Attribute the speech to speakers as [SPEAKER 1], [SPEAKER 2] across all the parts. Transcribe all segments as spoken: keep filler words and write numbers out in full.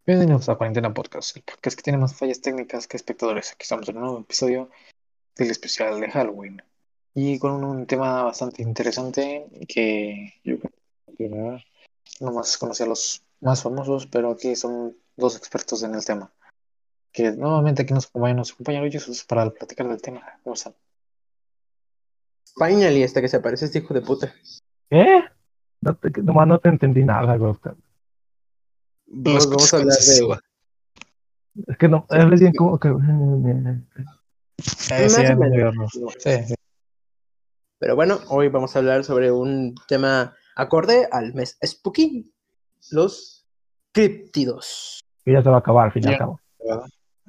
[SPEAKER 1] Bienvenidos a Cuarentena Podcast, el podcast que tiene más fallas técnicas que espectadores. Aquí estamos en un nuevo episodio del especial de Halloween y con un, un tema bastante interesante que yo creo que no más conocí a los más famosos, pero aquí son dos expertos en el tema. Que nuevamente aquí nos acompañan nuestro compañero Jesús para platicar del tema. ¿Cómo están?
[SPEAKER 2] Finally, hasta que se aparece este hijo de puta.
[SPEAKER 3] ¿Qué? No te, nomás no te entendí nada, güey.
[SPEAKER 1] Lo
[SPEAKER 2] Pues
[SPEAKER 1] escuchas
[SPEAKER 2] vamos a
[SPEAKER 1] con
[SPEAKER 2] hablar de.
[SPEAKER 1] suba.
[SPEAKER 3] Es que no,
[SPEAKER 2] Sí,
[SPEAKER 3] es bien como que.
[SPEAKER 1] Eh, sí,
[SPEAKER 2] más o
[SPEAKER 1] es muy
[SPEAKER 2] menos.
[SPEAKER 1] raro. Sí, sí.
[SPEAKER 2] Pero bueno, hoy vamos a hablar sobre un tema acorde al mes Spooky: los críptidos.
[SPEAKER 3] Que ya se va a acabar al fin y al
[SPEAKER 1] Ya,
[SPEAKER 3] cabo.
[SPEAKER 1] ¿verdad?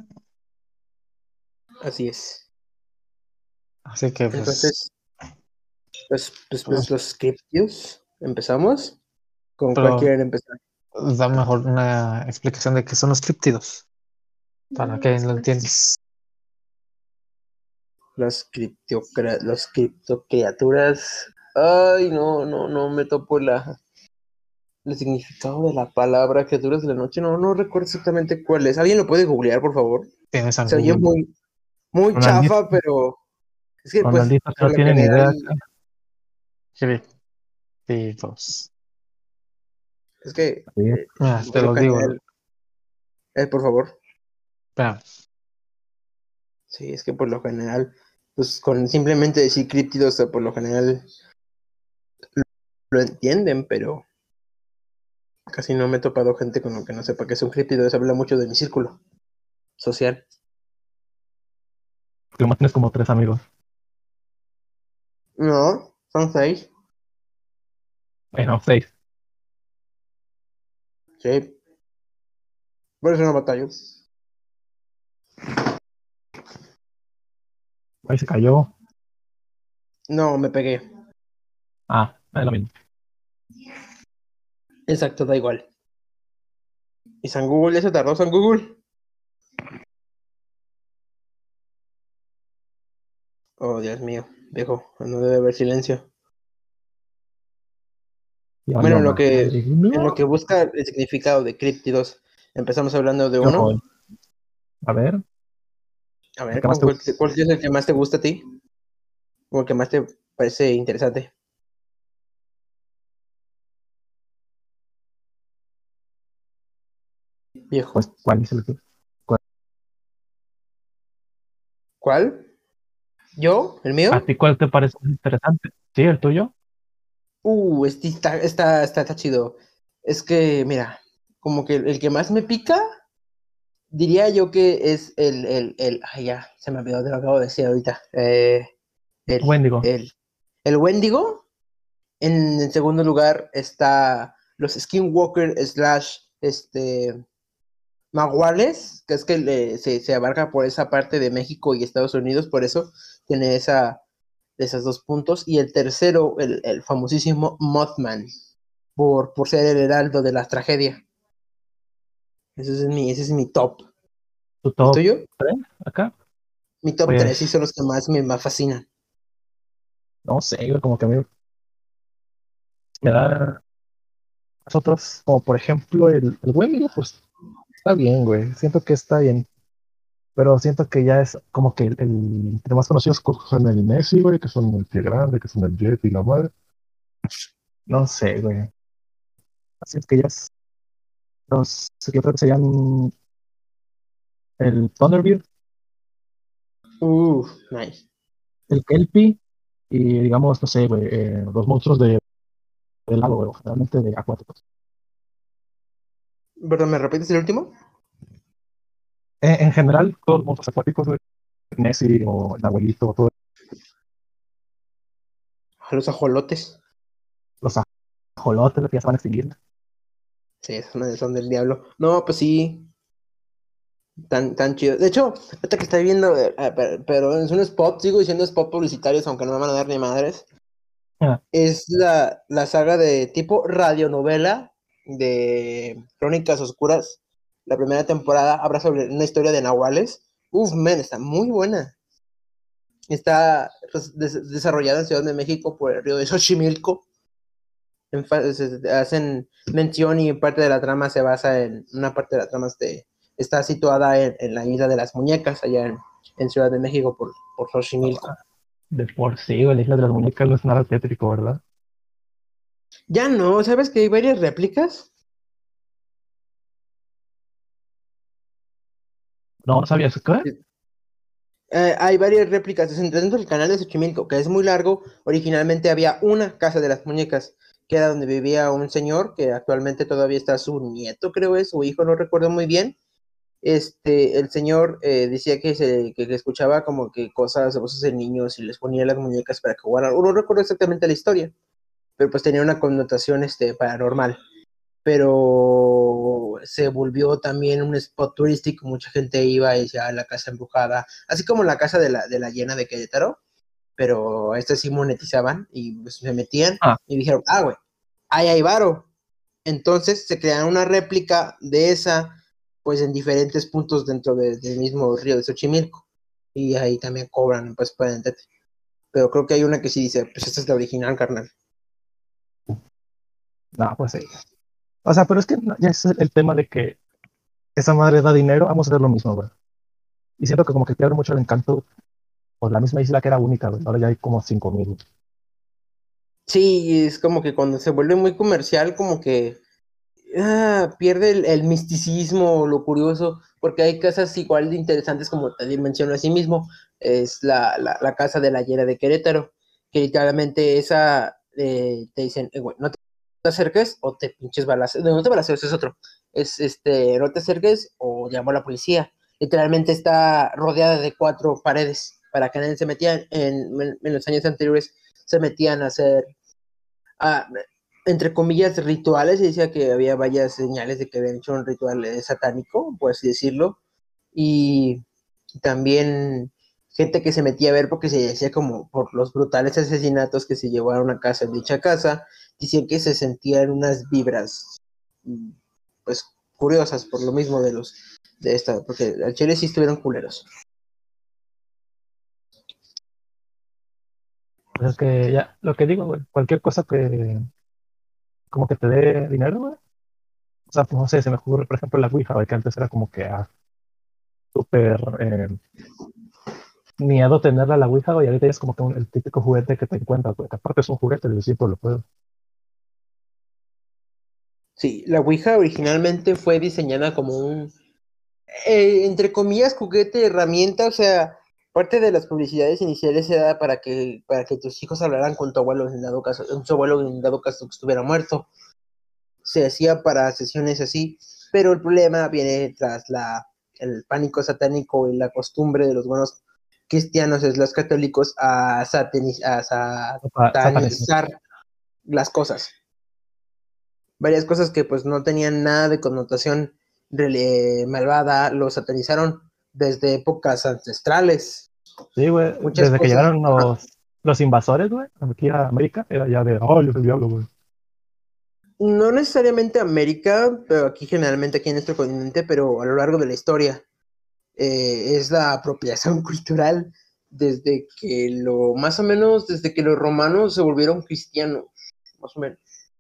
[SPEAKER 2] Así es.
[SPEAKER 1] Así que pues,
[SPEAKER 2] Entonces, pues, pues, pues
[SPEAKER 1] pues,
[SPEAKER 2] los críptidos. ¿Empezamos? ¿Con cuál
[SPEAKER 1] pero
[SPEAKER 2] quieren empezar?
[SPEAKER 1] da mejor una explicación de qué son los críptidos, para que lo entiendas.
[SPEAKER 2] Las criptocra- los criptocriaturas. Ay, no, no, no me topo la. El significado de la palabra criaturas de la noche, no, no recuerdo exactamente cuál es. ¿Alguien lo puede googlear, por favor?
[SPEAKER 1] Tienes a
[SPEAKER 2] Se oye
[SPEAKER 1] Google.
[SPEAKER 2] muy, muy
[SPEAKER 3] Ronaldito,
[SPEAKER 2] chafa, pero es que, pues,
[SPEAKER 3] Ronaldito que
[SPEAKER 2] por
[SPEAKER 3] no
[SPEAKER 2] lo
[SPEAKER 3] tiene ni idea
[SPEAKER 2] general,
[SPEAKER 3] acá.
[SPEAKER 1] Críptidos.
[SPEAKER 2] es que,
[SPEAKER 3] Sí.
[SPEAKER 2] eh,
[SPEAKER 1] Mira, te
[SPEAKER 2] por lo
[SPEAKER 1] los digo.
[SPEAKER 2] general, eh, por favor,
[SPEAKER 1] Espera,
[SPEAKER 2] sí, es que por lo general, pues, con simplemente decir críptidos, por lo general lo entienden, pero casi no me he topado gente con lo que no sepa que es un críptido. Se habla mucho de mi círculo social.
[SPEAKER 3] Que nomás tienes como tres amigos.
[SPEAKER 2] No, son seis,
[SPEAKER 3] Bueno, seis.
[SPEAKER 2] sí, por eso no batallo.
[SPEAKER 3] Ahí se cayó.
[SPEAKER 2] No, me pegué.
[SPEAKER 3] Ah, es lo mismo.
[SPEAKER 2] Exacto, da igual. ¿Y San Google? ¿Ya se tardó San Google? Oh, Dios mío, viejo, no debe haber silencio.
[SPEAKER 3] Ya
[SPEAKER 2] Bueno,
[SPEAKER 3] valió
[SPEAKER 2] en lo
[SPEAKER 3] más.
[SPEAKER 2] que, en lo
[SPEAKER 3] No.
[SPEAKER 2] que busca el significado de críptidos, empezamos hablando de
[SPEAKER 3] Yo
[SPEAKER 2] uno.
[SPEAKER 3] voy. A ver,
[SPEAKER 2] A
[SPEAKER 3] ¿el
[SPEAKER 2] ver,
[SPEAKER 3] que más
[SPEAKER 2] ¿con
[SPEAKER 3] te
[SPEAKER 2] cuál,
[SPEAKER 3] gusta?
[SPEAKER 2] cuál es el que más te gusta a ti? ¿O el que más te parece interesante?
[SPEAKER 3] Pues,
[SPEAKER 2] Viejo.
[SPEAKER 3] ¿cuál es el que? ¿Cuál?
[SPEAKER 2] ¿Cuál? ¿Yo? ¿El
[SPEAKER 3] ¿A
[SPEAKER 2] mío?
[SPEAKER 3] ti cuál te parece más interesante? ¿Sí, el tuyo?
[SPEAKER 2] Uh, este está, está, está, está chido. Es que, mira, como que el, el que más me pica, diría yo que es el, el, el, ay, ya, se me olvidó, te lo acabo de decir ahorita. Eh, el,
[SPEAKER 3] Wendigo.
[SPEAKER 2] el, el Wendigo. En, en segundo lugar está los Skinwalker slash este, Maguales, que es que le- se, se abarca por esa parte de México y Estados Unidos, por eso tiene esa, esos dos puntos. Y el tercero, el, el famosísimo Mothman, por, por ser el heraldo de la tragedia. Ese es mi, ese es mi top.
[SPEAKER 3] ¿Tu
[SPEAKER 2] ¿El
[SPEAKER 3] top
[SPEAKER 2] tuyo?
[SPEAKER 3] tres acá?
[SPEAKER 2] Mi top tres, sí
[SPEAKER 3] Pues,
[SPEAKER 2] son los que más me más fascinan.
[SPEAKER 3] no sé, güey, como que a mí me da otros, como por ejemplo el, el Wendigo, pues está bien, güey. Siento que está bien. Pero siento que ya es como que el, el entre más conocidos co- son el Messi, güey, que son el Pie Grande, que son el Jet y la madre. No sé, güey. Así es que ya es. Los, yo creo que serían el Thunderbird,
[SPEAKER 2] Uh, nice.
[SPEAKER 3] el Kelpie y digamos, no sé, güey, eh, los monstruos de, del lago, güey, generalmente de acuáticos.
[SPEAKER 2] Perdón, ¿me repites el último?
[SPEAKER 3] Eh, en general, todos los monstruos acuáticos, güey, Nessie o el abuelito, todos
[SPEAKER 2] A los ajolotes.
[SPEAKER 3] los ajolotes que ya se van a extinguir.
[SPEAKER 2] Sí, son, son del diablo. No, pues sí, tan, tan chido. De hecho, ahorita que estoy viendo, eh, eh, pero, pero es un spot, sigo diciendo spot publicitarios, aunque no me van a dar ni madres.
[SPEAKER 3] Ah,
[SPEAKER 2] Es la, la saga de tipo radionovela de Crónicas Oscuras. La primera temporada habla sobre una historia de nahuales. Uf, men, está muy buena. Está pues, des- desarrollada en Ciudad de México por el río de Xochimilco. enfa- se- hacen mención y parte de la trama se basa en, una parte de la trama este, está situada en, en la isla de las muñecas, allá en, en Ciudad de México por, por Xochimilco.
[SPEAKER 3] De por sí, güey, la isla de las muñecas no es nada tétrico, ¿verdad?
[SPEAKER 2] Ya no, ¿sabes que hay varias réplicas?
[SPEAKER 3] No, ¿no sabías qué?
[SPEAKER 2] Eh, hay varias réplicas dentro del canal de Xochimilco, que es muy largo. Originalmente había una casa de las muñecas, que era donde vivía un señor, que actualmente todavía está su nieto, creo es, su hijo, no recuerdo muy bien. Este, el señor eh, decía que, se, que, que escuchaba como que cosas, voces de niños y les ponía las muñecas para que jugaran. No recuerdo exactamente la historia, pero pues tenía una connotación este, paranormal. Pero se volvió también un spot turístico, mucha gente iba y decía, "Ah, la casa embrujada", así como la casa de la, de la llena de Querétaro, pero estas sí monetizaban y pues, se metían
[SPEAKER 3] Ah,
[SPEAKER 2] y dijeron, ah, güey, ahí hay varo. Entonces se crearon una réplica de esa, pues en diferentes puntos dentro de- del mismo río de Xochimilco. Y ahí también cobran, pues pueden entrar. Pero creo que hay una que sí dice, pues esta es la original, carnal.
[SPEAKER 3] no, pues sí. O sea, pero es que no, ya es el, el tema de que esa madre da dinero, vamos a hacer lo mismo, güey. Y siento que como que pierde mucho el encanto por la misma isla que era única, güey. Ahora ya hay como cinco mil.
[SPEAKER 2] Sí, es como que cuando se vuelve muy comercial, como que ah, pierde el, el misticismo, lo curioso, porque hay casas igual de interesantes como también menciono a sí mismo, es la, la, la casa de la Llera de Querétaro, que literalmente esa eh, te dicen, eh, güey, no te acerques o te pinches balazos, no, no te balazos, es otro, es este, no te acerques o llamo a la policía, literalmente está rodeada de cuatro paredes, para que nadie se metían, en, en, en los años anteriores se metían a hacer ah, entre comillas, rituales, y decía que había varias señales de que habían hecho un ritual eh, satánico, por así decirlo, y también gente que se metía a ver porque se decía como por los brutales asesinatos que se llevaron a casa en dicha casa, decían que se sentían unas vibras, mm, pues, curiosas por lo mismo de los, de esta, porque al chile sí estuvieron culeros.
[SPEAKER 3] Pues es que ya, lo que digo, güey, cualquier cosa que como que te dé dinero, güey. O sea, pues no sé, se me ocurre, por ejemplo, la Ouija, güey, que antes era como que ah, súper eh, miedo tenerla la Ouija, güey, y ahorita ya es como que un- el típico juguete que te encuentras, güey, que aparte es un juguete, el siempre lo puedo.
[SPEAKER 2] Sí, la Ouija originalmente fue diseñada como un eh, entre comillas, juguete, herramienta, o sea, parte de las publicidades iniciales era para que, para que tus hijos hablaran con tu abuelo en dado caso, en su abuelo en dado caso que estuviera muerto. Se hacía para sesiones así, pero el problema viene tras la, el pánico satánico y la costumbre de los buenos cristianos, es los católicos, a, sataniz, a
[SPEAKER 3] Sata- Satanismo.
[SPEAKER 2] satanizar las cosas. Varias cosas que pues no tenían nada de connotación rele- malvada, lo satanizaron desde épocas ancestrales.
[SPEAKER 3] Sí, güey,
[SPEAKER 2] Muchas
[SPEAKER 3] desde que
[SPEAKER 2] cosas.
[SPEAKER 3] llegaron
[SPEAKER 2] Ajá.
[SPEAKER 3] los, los invasores, güey, aquí a América, era ya de, oh, yo soy el diablo, güey.
[SPEAKER 2] No necesariamente América, pero aquí generalmente aquí en nuestro continente, pero a lo largo de la historia eh, es la apropiación cultural desde que lo, más o menos desde que los romanos se volvieron cristianos, más o menos.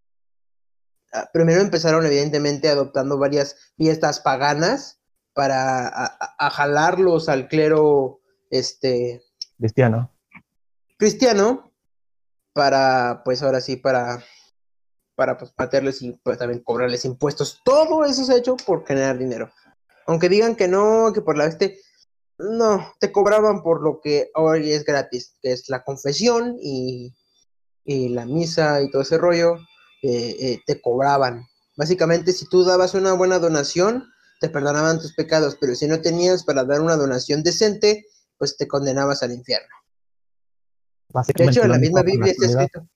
[SPEAKER 2] Ah, primero empezaron evidentemente adoptando varias fiestas paganas para a, a- a jalarlos al clero este
[SPEAKER 3] Cristiano.
[SPEAKER 2] cristiano para pues ahora sí para para pues meterles y pues también cobrarles impuestos. Todo eso se ha hecho por generar dinero. Aunque digan que no, que por la este no, te cobraban por lo que hoy es gratis, que es la confesión y, y la misa y todo ese rollo, eh, eh, te cobraban. Básicamente, si tú dabas una buena donación, te perdonaban tus pecados, pero si no tenías para dar una donación decente, pues te condenabas al infierno. De hecho,
[SPEAKER 3] Básicamente
[SPEAKER 2] en
[SPEAKER 3] lo
[SPEAKER 2] la misma
[SPEAKER 3] mismo con la
[SPEAKER 2] Biblia está
[SPEAKER 3] actualidad.
[SPEAKER 2] escrito.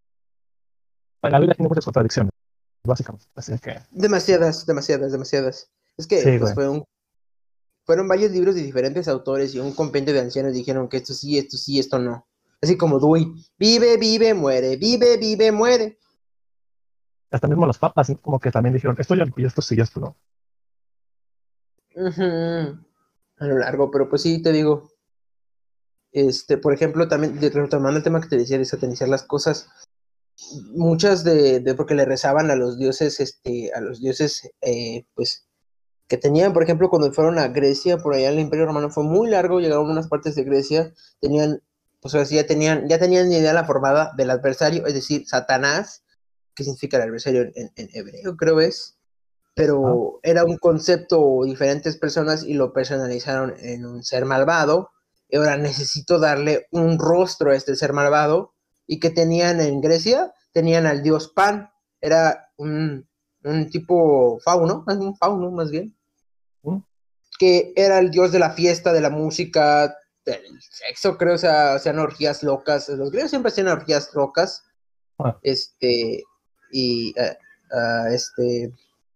[SPEAKER 3] La Biblia tiene muchas contradicciones, básicamente. Así que,
[SPEAKER 2] Demasiadas, demasiadas, demasiadas. Es que,
[SPEAKER 3] sí,
[SPEAKER 2] pues,
[SPEAKER 3] güey.
[SPEAKER 2] fue un, fueron varios libros de diferentes autores y un compendio de ancianos dijeron que esto sí, esto sí, esto no. Así como Dewey, vive, vive, muere, vive, vive, muere.
[SPEAKER 3] Hasta mismo los papas, como que también dijeron, esto ya no, y esto sí, y esto no.
[SPEAKER 2] Ujú. A lo largo, pero pues sí, te digo, este, por ejemplo, también de- retomando el tema que te decía de satanizar las cosas, muchas de, de porque le rezaban a los dioses, este, a los dioses, eh, pues, que tenían, por ejemplo, cuando fueron a Grecia, por allá el Imperio Romano fue muy largo, llegaron a unas partes de Grecia, tenían, pues así ya tenían, ya tenían idea la formada del adversario, es decir, Satanás, que significa el adversario en, en, en hebreo, creo es,
[SPEAKER 3] Ah,
[SPEAKER 2] pero era un concepto, diferentes personas y lo personalizaron en un ser malvado, y ahora necesito darle un rostro a este ser malvado, y que tenían en Grecia, tenían al dios Pan, era un, un tipo fauno, un fauno más bien,
[SPEAKER 3] mm,
[SPEAKER 2] que era el dios de la fiesta, de la música, del sexo, creo, o sea, hacían orgías locas, los griegos siempre hacían orgías locas,
[SPEAKER 3] ah,
[SPEAKER 2] este, y, uh, uh, este,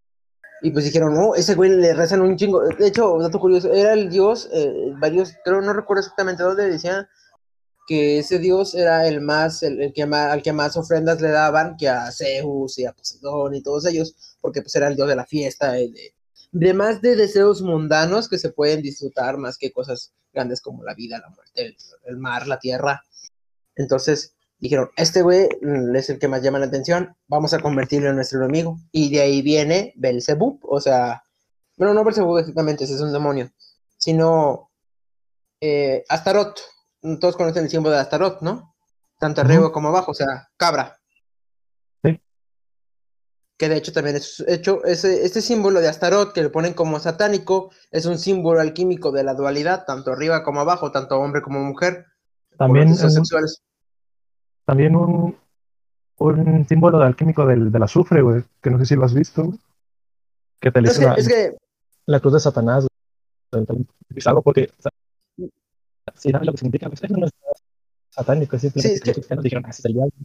[SPEAKER 2] y pues dijeron, no, ese güey le rezan un chingo. De hecho, dato curioso, era el dios, eh, varios, creo, no recuerdo exactamente dónde, decían que ese dios era el más, el, el que más, al que más ofrendas le daban, que a Zeus y a Poseidón y todos ellos, porque pues era el dios de la fiesta, y de, de más de deseos mundanos que se pueden disfrutar más que cosas grandes como la vida, la muerte, el, el mar, la tierra. Entonces dijeron, este güey mm, es el que más llama la atención, vamos a convertirlo en nuestro enemigo. Y de ahí viene Belzebub, o sea, bueno, no Belzebub exactamente, ese es un demonio, sino eh, Astaroth. Todos conocen el símbolo de Astaroth, ¿no? Tanto
[SPEAKER 3] ujú,
[SPEAKER 2] arriba como abajo, o sea, cabra.
[SPEAKER 3] sí.
[SPEAKER 2] Que de hecho también es hecho, ese, este símbolo de Astaroth que le ponen como satánico, es un símbolo alquímico de la dualidad, tanto arriba como abajo, tanto hombre como mujer, por los
[SPEAKER 3] También
[SPEAKER 2] deseos
[SPEAKER 3] un,
[SPEAKER 2] sexuales.
[SPEAKER 3] también un, un símbolo de alquímico del, del azufre, güey, que no sé si lo has visto, güey, que te le
[SPEAKER 2] Es
[SPEAKER 3] hice
[SPEAKER 2] que,
[SPEAKER 3] la,
[SPEAKER 2] es que,
[SPEAKER 3] la cruz de Satanás, güey. Es algo porque, o sea, si sabes lo que significa, pues, eso no es satánico, es
[SPEAKER 2] sí,
[SPEAKER 3] simplemente
[SPEAKER 2] es
[SPEAKER 3] que los
[SPEAKER 2] que,
[SPEAKER 3] cristianos dijeron, ah, ese es el diablo.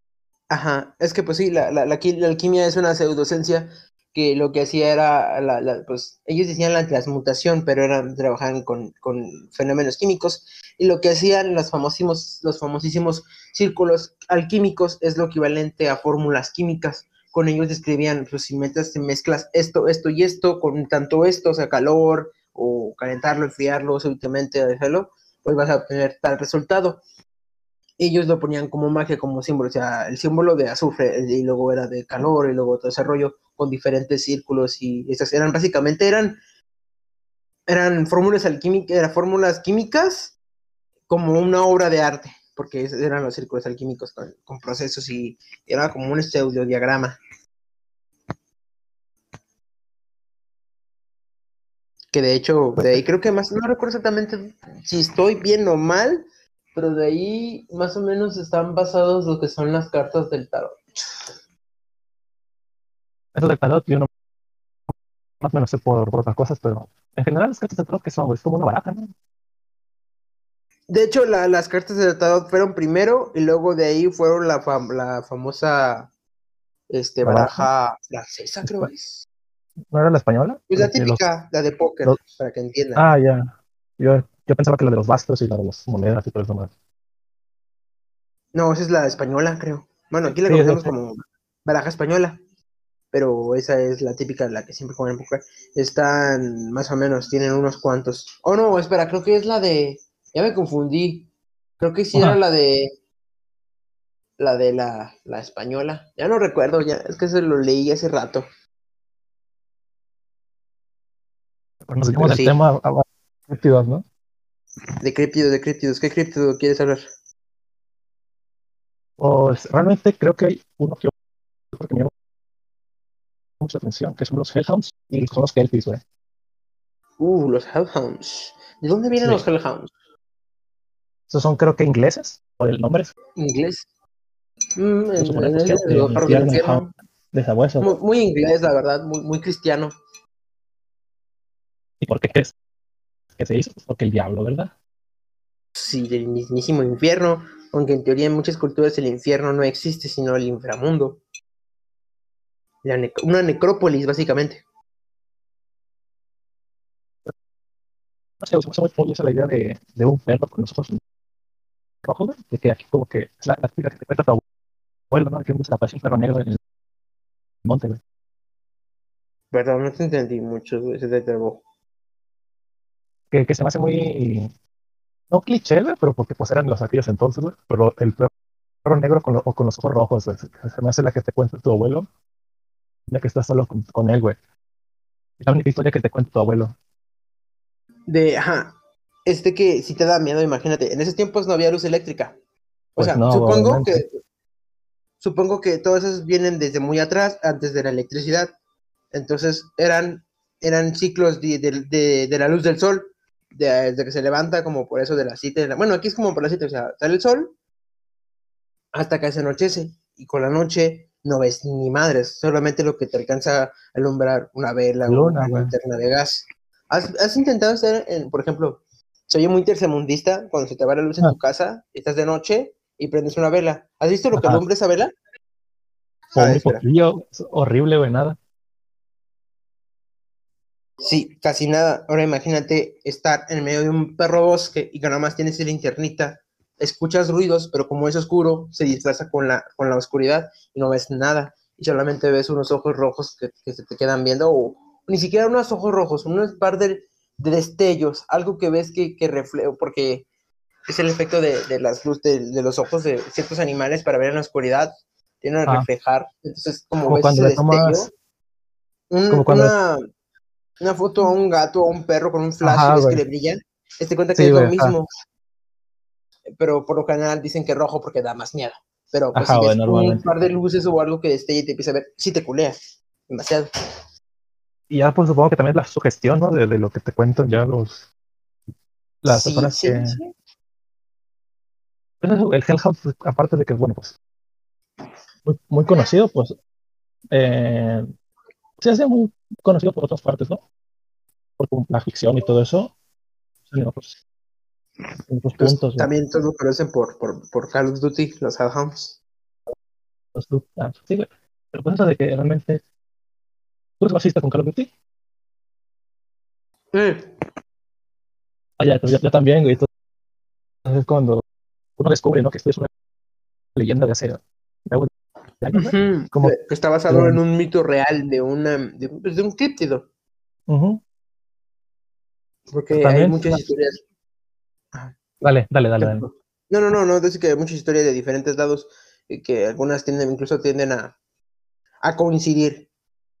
[SPEAKER 2] ajá, es que pues sí, la, la, la, la alquimia es una pseudociencia que lo que hacía era, la, la, pues ellos decían la transmutación, pero eran, trabajaban con, con fenómenos químicos, y lo que hacían los famosísimos, los famosísimos círculos alquímicos es lo equivalente a fórmulas químicas. Con ellos describían, pues si metes, si mezclas esto, esto y esto, con tanto esto, o sea, calor, o calentarlo, enfriarlo, súbitamente, dejarlo, pues vas a obtener tal resultado. Ellos lo ponían como magia, como símbolo, o sea, el símbolo de azufre, y luego era de calor, y luego todo ese rollo con diferentes círculos, y esas eran básicamente, eran, eran fórmulas alquímicas, eran fórmulas químicas como una obra de arte, porque eran los círculos alquímicos con, con procesos, y era como un pseudodiagrama, que de hecho,
[SPEAKER 3] Pues,
[SPEAKER 2] de ahí creo que más, no recuerdo exactamente si estoy bien o mal, pero de ahí más o menos están basados lo que son las cartas del tarot.
[SPEAKER 3] eso del tarot, yo no más o menos sé por, por otras cosas, pero en general las cartas de tarot que son, güey, es como una baraja, ¿no?
[SPEAKER 2] De hecho, la, las cartas de tarot fueron primero y luego de ahí fueron la, fam la famosa este,
[SPEAKER 3] La baraja.
[SPEAKER 2] baraja francesa, creo
[SPEAKER 3] Espa-
[SPEAKER 2] es.
[SPEAKER 3] ¿No era la española?
[SPEAKER 2] Pues la
[SPEAKER 3] La que los,
[SPEAKER 2] típica, la de póker,
[SPEAKER 3] los-
[SPEAKER 2] para que entiendan.
[SPEAKER 3] ah, ya. Yo, yo pensaba que la de los bastos y la de las monedas y todo eso más.
[SPEAKER 2] No, esa es la española, creo. Bueno, aquí la
[SPEAKER 3] Sí, sí,
[SPEAKER 2] conocemos
[SPEAKER 3] sí.
[SPEAKER 2] como baraja española, pero esa es la típica, la que siempre juegan en póker. Están más o menos, tienen unos cuantos. Oh, no, espera, creo que es la de. Ya me confundí. Creo que sí era
[SPEAKER 3] Ajá.
[SPEAKER 2] la de. La de la, la española. Ya no recuerdo, ya, es que se lo leí hace rato.
[SPEAKER 3] Pues nos seguimos
[SPEAKER 2] Pero
[SPEAKER 3] del
[SPEAKER 2] sí.
[SPEAKER 3] tema a, a criptidos, ¿no?
[SPEAKER 2] De criptido, de criptidos. ¿Qué criptido quieres hablar?
[SPEAKER 3] Pues realmente creo que hay uno que otro que me llama mucha atención, que son los Hellhounds y son los Kelpies, güey.
[SPEAKER 2] Uh, los Hellhounds. ¿De dónde vienen
[SPEAKER 3] Sí.
[SPEAKER 2] los Hellhounds?
[SPEAKER 3] Esos son creo que ingleses, por el nombre.
[SPEAKER 2] ¿Inglés? Mm,
[SPEAKER 3] Yo
[SPEAKER 2] en,
[SPEAKER 3] suponía
[SPEAKER 2] en
[SPEAKER 3] pues
[SPEAKER 2] el
[SPEAKER 3] que
[SPEAKER 2] del
[SPEAKER 3] del
[SPEAKER 2] Hogar del
[SPEAKER 3] infierno, el Hound
[SPEAKER 2] Infierno.
[SPEAKER 3] de sabueso.
[SPEAKER 2] Muy, muy inglés, la verdad. Muy, muy cristiano.
[SPEAKER 3] ¿Y por qué crees que se hizo? Pues porque el diablo, ¿verdad?
[SPEAKER 2] Sí, del mismísimo infierno. Aunque en teoría en muchas culturas el infierno no existe, sino el inframundo. La nec una necrópolis, básicamente.
[SPEAKER 3] No sé, se me hace muy curiosa la idea de, de un perro con los ojos rojos, güey, de que aquí como que es la, la típica que te cuenta tu abuelo, ¿no? Que se aparece un perro negro en el monte, güey.
[SPEAKER 2] Perdón, no te entendí mucho ese detalle.
[SPEAKER 3] Que, que se me hace muy, no cliché, güey, pero porque pues eran los aquellos entonces, güey, pero el perro perro negro con lo- o con los ojos rojos, güey. Se, se me hace la que te cuenta tu abuelo, ya que estás solo con, con él, güey. Es la única historia que te cuenta tu abuelo.
[SPEAKER 2] De, ajá, este que si te da miedo, imagínate, en esos tiempos no había luz eléctrica. O
[SPEAKER 3] Pues
[SPEAKER 2] sea,
[SPEAKER 3] no,
[SPEAKER 2] supongo
[SPEAKER 3] obviamente.
[SPEAKER 2] que, supongo que todas esas vienen desde muy atrás, antes de la electricidad. Entonces eran, eran ciclos de, de, de, de la luz del sol, de- desde que se levanta como por eso de las siete de la... Bueno, aquí es como por las siete, o sea, sale el sol hasta que se anochece. Y con la noche no ves ni madres, solamente lo que te alcanza a alumbrar una vela o
[SPEAKER 3] Luna,
[SPEAKER 2] una
[SPEAKER 3] güey.
[SPEAKER 2] linterna de gas. ¿Has, has intentado estar en, por ejemplo, se oye muy tercermundista cuando se te va la luz en
[SPEAKER 3] Ah,
[SPEAKER 2] tu casa, estás de noche y prendes una vela? ¿Has visto lo que
[SPEAKER 3] ajá.
[SPEAKER 2] alumbra esa vela?
[SPEAKER 3] O
[SPEAKER 2] Ah,
[SPEAKER 3] muy
[SPEAKER 2] espera.
[SPEAKER 3] poquillo. Es horrible, güey, nada.
[SPEAKER 2] Sí, casi nada. Ahora imagínate estar en medio de un perro bosque y que nada más tienes la linternita. Escuchas ruidos, pero como es oscuro, se disfraza con la, con la oscuridad y no ves nada. Y solamente ves unos ojos rojos que, que se te quedan viendo, o ni siquiera unos ojos rojos, unos par de, de destellos, algo que ves que, que refleja, porque es el efecto de, de las luces de, de los ojos de ciertos animales para ver en la oscuridad, tienen a
[SPEAKER 3] Ah,
[SPEAKER 2] reflejar. Entonces, como
[SPEAKER 3] como
[SPEAKER 2] ves
[SPEAKER 3] cuando
[SPEAKER 2] ese
[SPEAKER 3] le
[SPEAKER 2] destello,
[SPEAKER 3] tomas,
[SPEAKER 2] un-
[SPEAKER 3] como cuando le...
[SPEAKER 2] una, una foto a un gato o a un perro con un flash y
[SPEAKER 3] Ajá,
[SPEAKER 2] ves que
[SPEAKER 3] güey.
[SPEAKER 2] le brillan, te cuenta que
[SPEAKER 3] Sí,
[SPEAKER 2] es lo
[SPEAKER 3] güey, ajá.
[SPEAKER 2] mismo, pero por lo general dicen que rojo porque da más miedo. Pero pues
[SPEAKER 3] Ajá,
[SPEAKER 2] si
[SPEAKER 3] güey,
[SPEAKER 2] ves un
[SPEAKER 3] normalmente.
[SPEAKER 2] par de luces o algo que destelle y te empieza a ver, sí te culea demasiado.
[SPEAKER 3] Y ya, pues supongo que también es la sugestión, ¿no? De, de lo que te cuentan ya los, las
[SPEAKER 2] Sí,
[SPEAKER 3] personas que...
[SPEAKER 2] sí, sí.
[SPEAKER 3] Pues eso, el Hell House, pues, aparte de que, bueno, pues muy, muy conocido, pues eh, se hace muy conocido por otras partes, ¿no? Por como la ficción y todo eso, en otros, en otros
[SPEAKER 2] Pues
[SPEAKER 3] puntos, güey.
[SPEAKER 2] también todos lo conocen por, por, por Call of Duty, los Hellhounds.
[SPEAKER 3] Pues, tú- ah, sí, güey. Pero pues eso de que realmente... ¿Tú eres racista con Call of Duty?
[SPEAKER 2] Mm.
[SPEAKER 3] Ah, ya, yo, yo también, güey. Entonces es cuando uno descubre, ¿no? Que esto es una leyenda de hace de años, güey.
[SPEAKER 2] Ujú.
[SPEAKER 3] Como
[SPEAKER 2] Que está
[SPEAKER 3] que,
[SPEAKER 2] basado en un mito real de, una, de, pues, de un críptido,
[SPEAKER 3] ujú, pues
[SPEAKER 2] porque hay
[SPEAKER 3] también,
[SPEAKER 2] muchas historias. Ah,
[SPEAKER 3] dale, dale, dale,
[SPEAKER 2] ¿qué
[SPEAKER 3] dale.
[SPEAKER 2] pasó? No, no, no, no, dice que hay muchas historias de diferentes lados y que algunas tienden, incluso tienden a, a coincidir,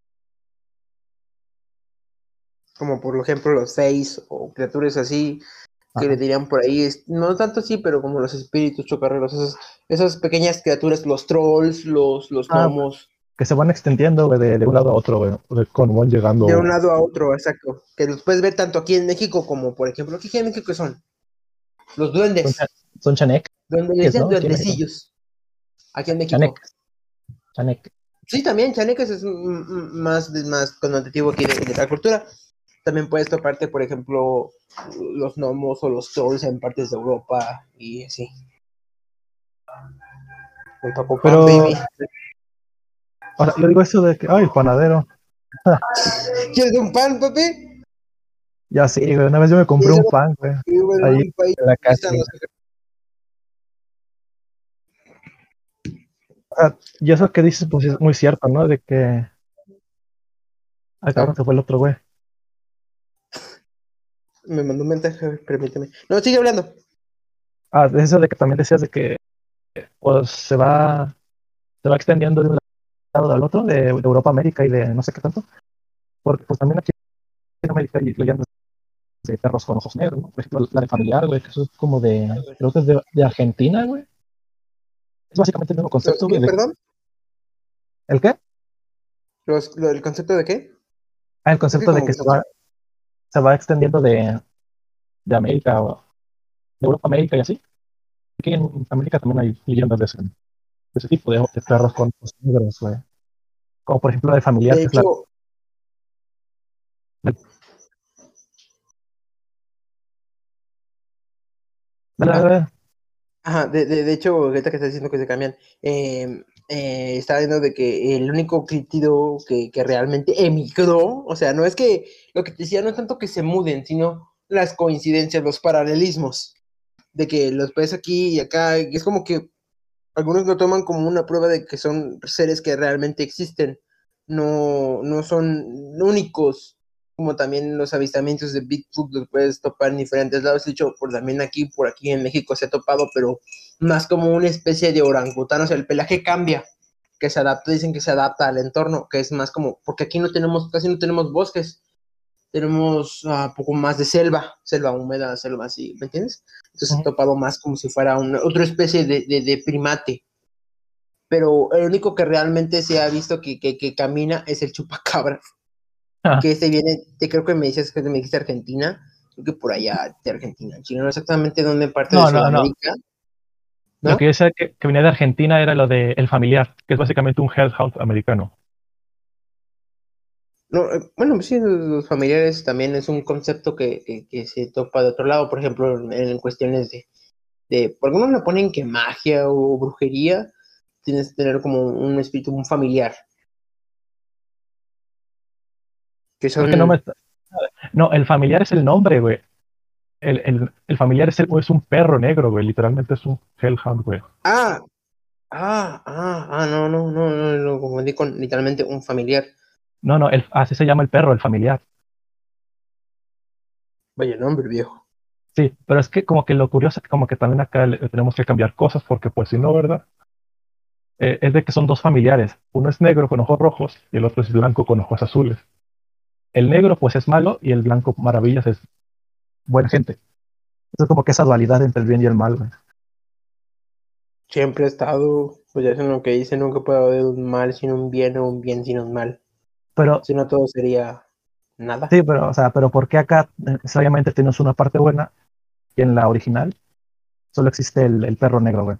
[SPEAKER 2] como por ejemplo los Fays o criaturas así, que le
[SPEAKER 3] Ajá.
[SPEAKER 2] dirían por ahí, es- no tanto así, pero como los espíritus chocarreros, esas, esas pequeñas criaturas, los trolls, los, los
[SPEAKER 3] Ah,
[SPEAKER 2] gnomos,
[SPEAKER 3] que se van extendiendo, güey, de, de un lado a otro, güey. De cuando van
[SPEAKER 2] de un
[SPEAKER 3] llegando.
[SPEAKER 2] lado a otro, exacto, que los puedes ver tanto aquí en México como, por ejemplo, aquí en México, ¿qué son? Los
[SPEAKER 3] Son, cha-
[SPEAKER 2] duendes,
[SPEAKER 3] son chaneques,
[SPEAKER 2] duendes, le dicen
[SPEAKER 3] ¿no? Aquí en México.
[SPEAKER 2] duendecillos, aquí en México.
[SPEAKER 3] Chaneques, chaneques.
[SPEAKER 2] Sí, también, chaneques es mm, mm, más, más connotativo aquí de, de la cultura. También puedes toparte, por ejemplo, los gnomos o los trolls en partes de Europa y así. El Pacopan,
[SPEAKER 3] Pero,
[SPEAKER 2] baby.
[SPEAKER 3] ahora, yo digo eso de que, ay, el panadero.
[SPEAKER 2] ¿Quieres un pan, papi?
[SPEAKER 3] Ya sí, güey. Una vez yo me compré
[SPEAKER 2] Y
[SPEAKER 3] un
[SPEAKER 2] luego
[SPEAKER 3] pan, güey.
[SPEAKER 2] vivo en
[SPEAKER 3] Ahí
[SPEAKER 2] un país
[SPEAKER 3] en la
[SPEAKER 2] que
[SPEAKER 3] calle.
[SPEAKER 2] están los...
[SPEAKER 3] Ah, y eso que dices, pues es muy cierto, ¿no? De que. Ay, cabrón,
[SPEAKER 2] Ah,
[SPEAKER 3] se fue el otro, güey.
[SPEAKER 2] me mandó un mensaje, a ver, permíteme. No, sigue hablando.
[SPEAKER 3] Ah, de eso de que también decías de que, pues se va, se va extendiendo de un lado al otro, de, de Europa a América y de no sé qué tanto. Porque, pues también aquí en América hay leyendas de perros con ojos negros, ¿no? Por ejemplo, la de Familiar, güey, que eso es como de, creo que es de, de Argentina, güey. Es básicamente el mismo
[SPEAKER 2] ¿Los
[SPEAKER 3] concepto,
[SPEAKER 2] qué,
[SPEAKER 3] güey. De,
[SPEAKER 2] perdón?
[SPEAKER 3] ¿el qué?
[SPEAKER 2] Los, lo- ¿El concepto de qué?
[SPEAKER 3] Ah, el
[SPEAKER 2] Es que
[SPEAKER 3] concepto de
[SPEAKER 2] como
[SPEAKER 3] que
[SPEAKER 2] que
[SPEAKER 3] se
[SPEAKER 2] no
[SPEAKER 3] va,
[SPEAKER 2] sé.
[SPEAKER 3] se va extendiendo de, de América o de Europa a América y así. Aquí en América también hay leyendas de ese, de ese tipo, de, de perros con ojos negros, güey. Como por ejemplo la de Familiar,
[SPEAKER 2] De
[SPEAKER 3] que es la...
[SPEAKER 2] hecho,
[SPEAKER 3] la- la-
[SPEAKER 2] ah,
[SPEAKER 3] la-
[SPEAKER 2] ajá, de, de, de hecho, ahorita que estás diciendo que se cambian, eh, eh, estaba viendo de que el único críptido que, que realmente emigró, o sea, no es que lo que te decía, no es tanto que se muden, sino las coincidencias, los paralelismos, de que los ves aquí y acá, y es como que algunos lo toman como una prueba de que son seres que realmente existen, no, no son únicos, como también los avistamientos de Bigfoot los puedes topar en diferentes lados. De hecho, por también aquí, por aquí en México se ha topado, pero más como una especie de orangután. O sea, el pelaje cambia, que se adapta, dicen que se adapta al entorno, que es más como, porque aquí no tenemos, casi no tenemos bosques, tenemos un uh, poco más de selva, selva húmeda, selva así, ¿me entiendes? Entonces uh-huh. he topado más como si fuera una otra especie de, de, de primate. Pero el único que realmente se ha visto que, que, que camina es el chupacabra. Ah. Que este viene, te creo que me dices que me dijiste Argentina, creo que por allá de Argentina, Chile, no exactamente dónde parte
[SPEAKER 3] no,
[SPEAKER 2] de
[SPEAKER 3] no,
[SPEAKER 2] Sudamérica.
[SPEAKER 3] No. ¿No? Lo que yo sé que, que venía de Argentina era lo de El Familiar, que es básicamente un hellhound americano.
[SPEAKER 2] No, eh, bueno, sí, los familiares también es un concepto que, que, que se topa de otro lado, por ejemplo, en, en cuestiones de, de, por algunos le ponen que magia o brujería, tienes que tener como un espíritu, un familiar. Que son...
[SPEAKER 3] Es que no, me... no, el familiar es el nombre, güey. El, el, el familiar es, el, es un perro negro, güey. Literalmente es un hellhound, güey.
[SPEAKER 2] Ah, ah, ah, ah, no, no, no, no, lo confundí con literalmente un familiar.
[SPEAKER 3] No, no, el, así se llama el perro, el familiar.
[SPEAKER 2] Vaya nombre, viejo.
[SPEAKER 3] Sí, pero es que como que lo curioso es como que también acá le, tenemos que cambiar cosas porque pues si no, ¿verdad? Eh, es de que son dos familiares. Uno es negro con ojos rojos y el otro es blanco con ojos azules. El negro pues es malo y el blanco maravillas es buena gente. Eso es como que esa dualidad entre el bien y el mal, güey.
[SPEAKER 2] Siempre he estado, pues ya es lo que dice, nunca puede haber un mal sin un bien o un bien sin un mal.
[SPEAKER 3] Pero,
[SPEAKER 2] si no, todo sería nada.
[SPEAKER 3] Sí, pero, o sea, pero ¿por qué acá necesariamente tienes una parte buena y en la original solo existe el, el perro negro, güey?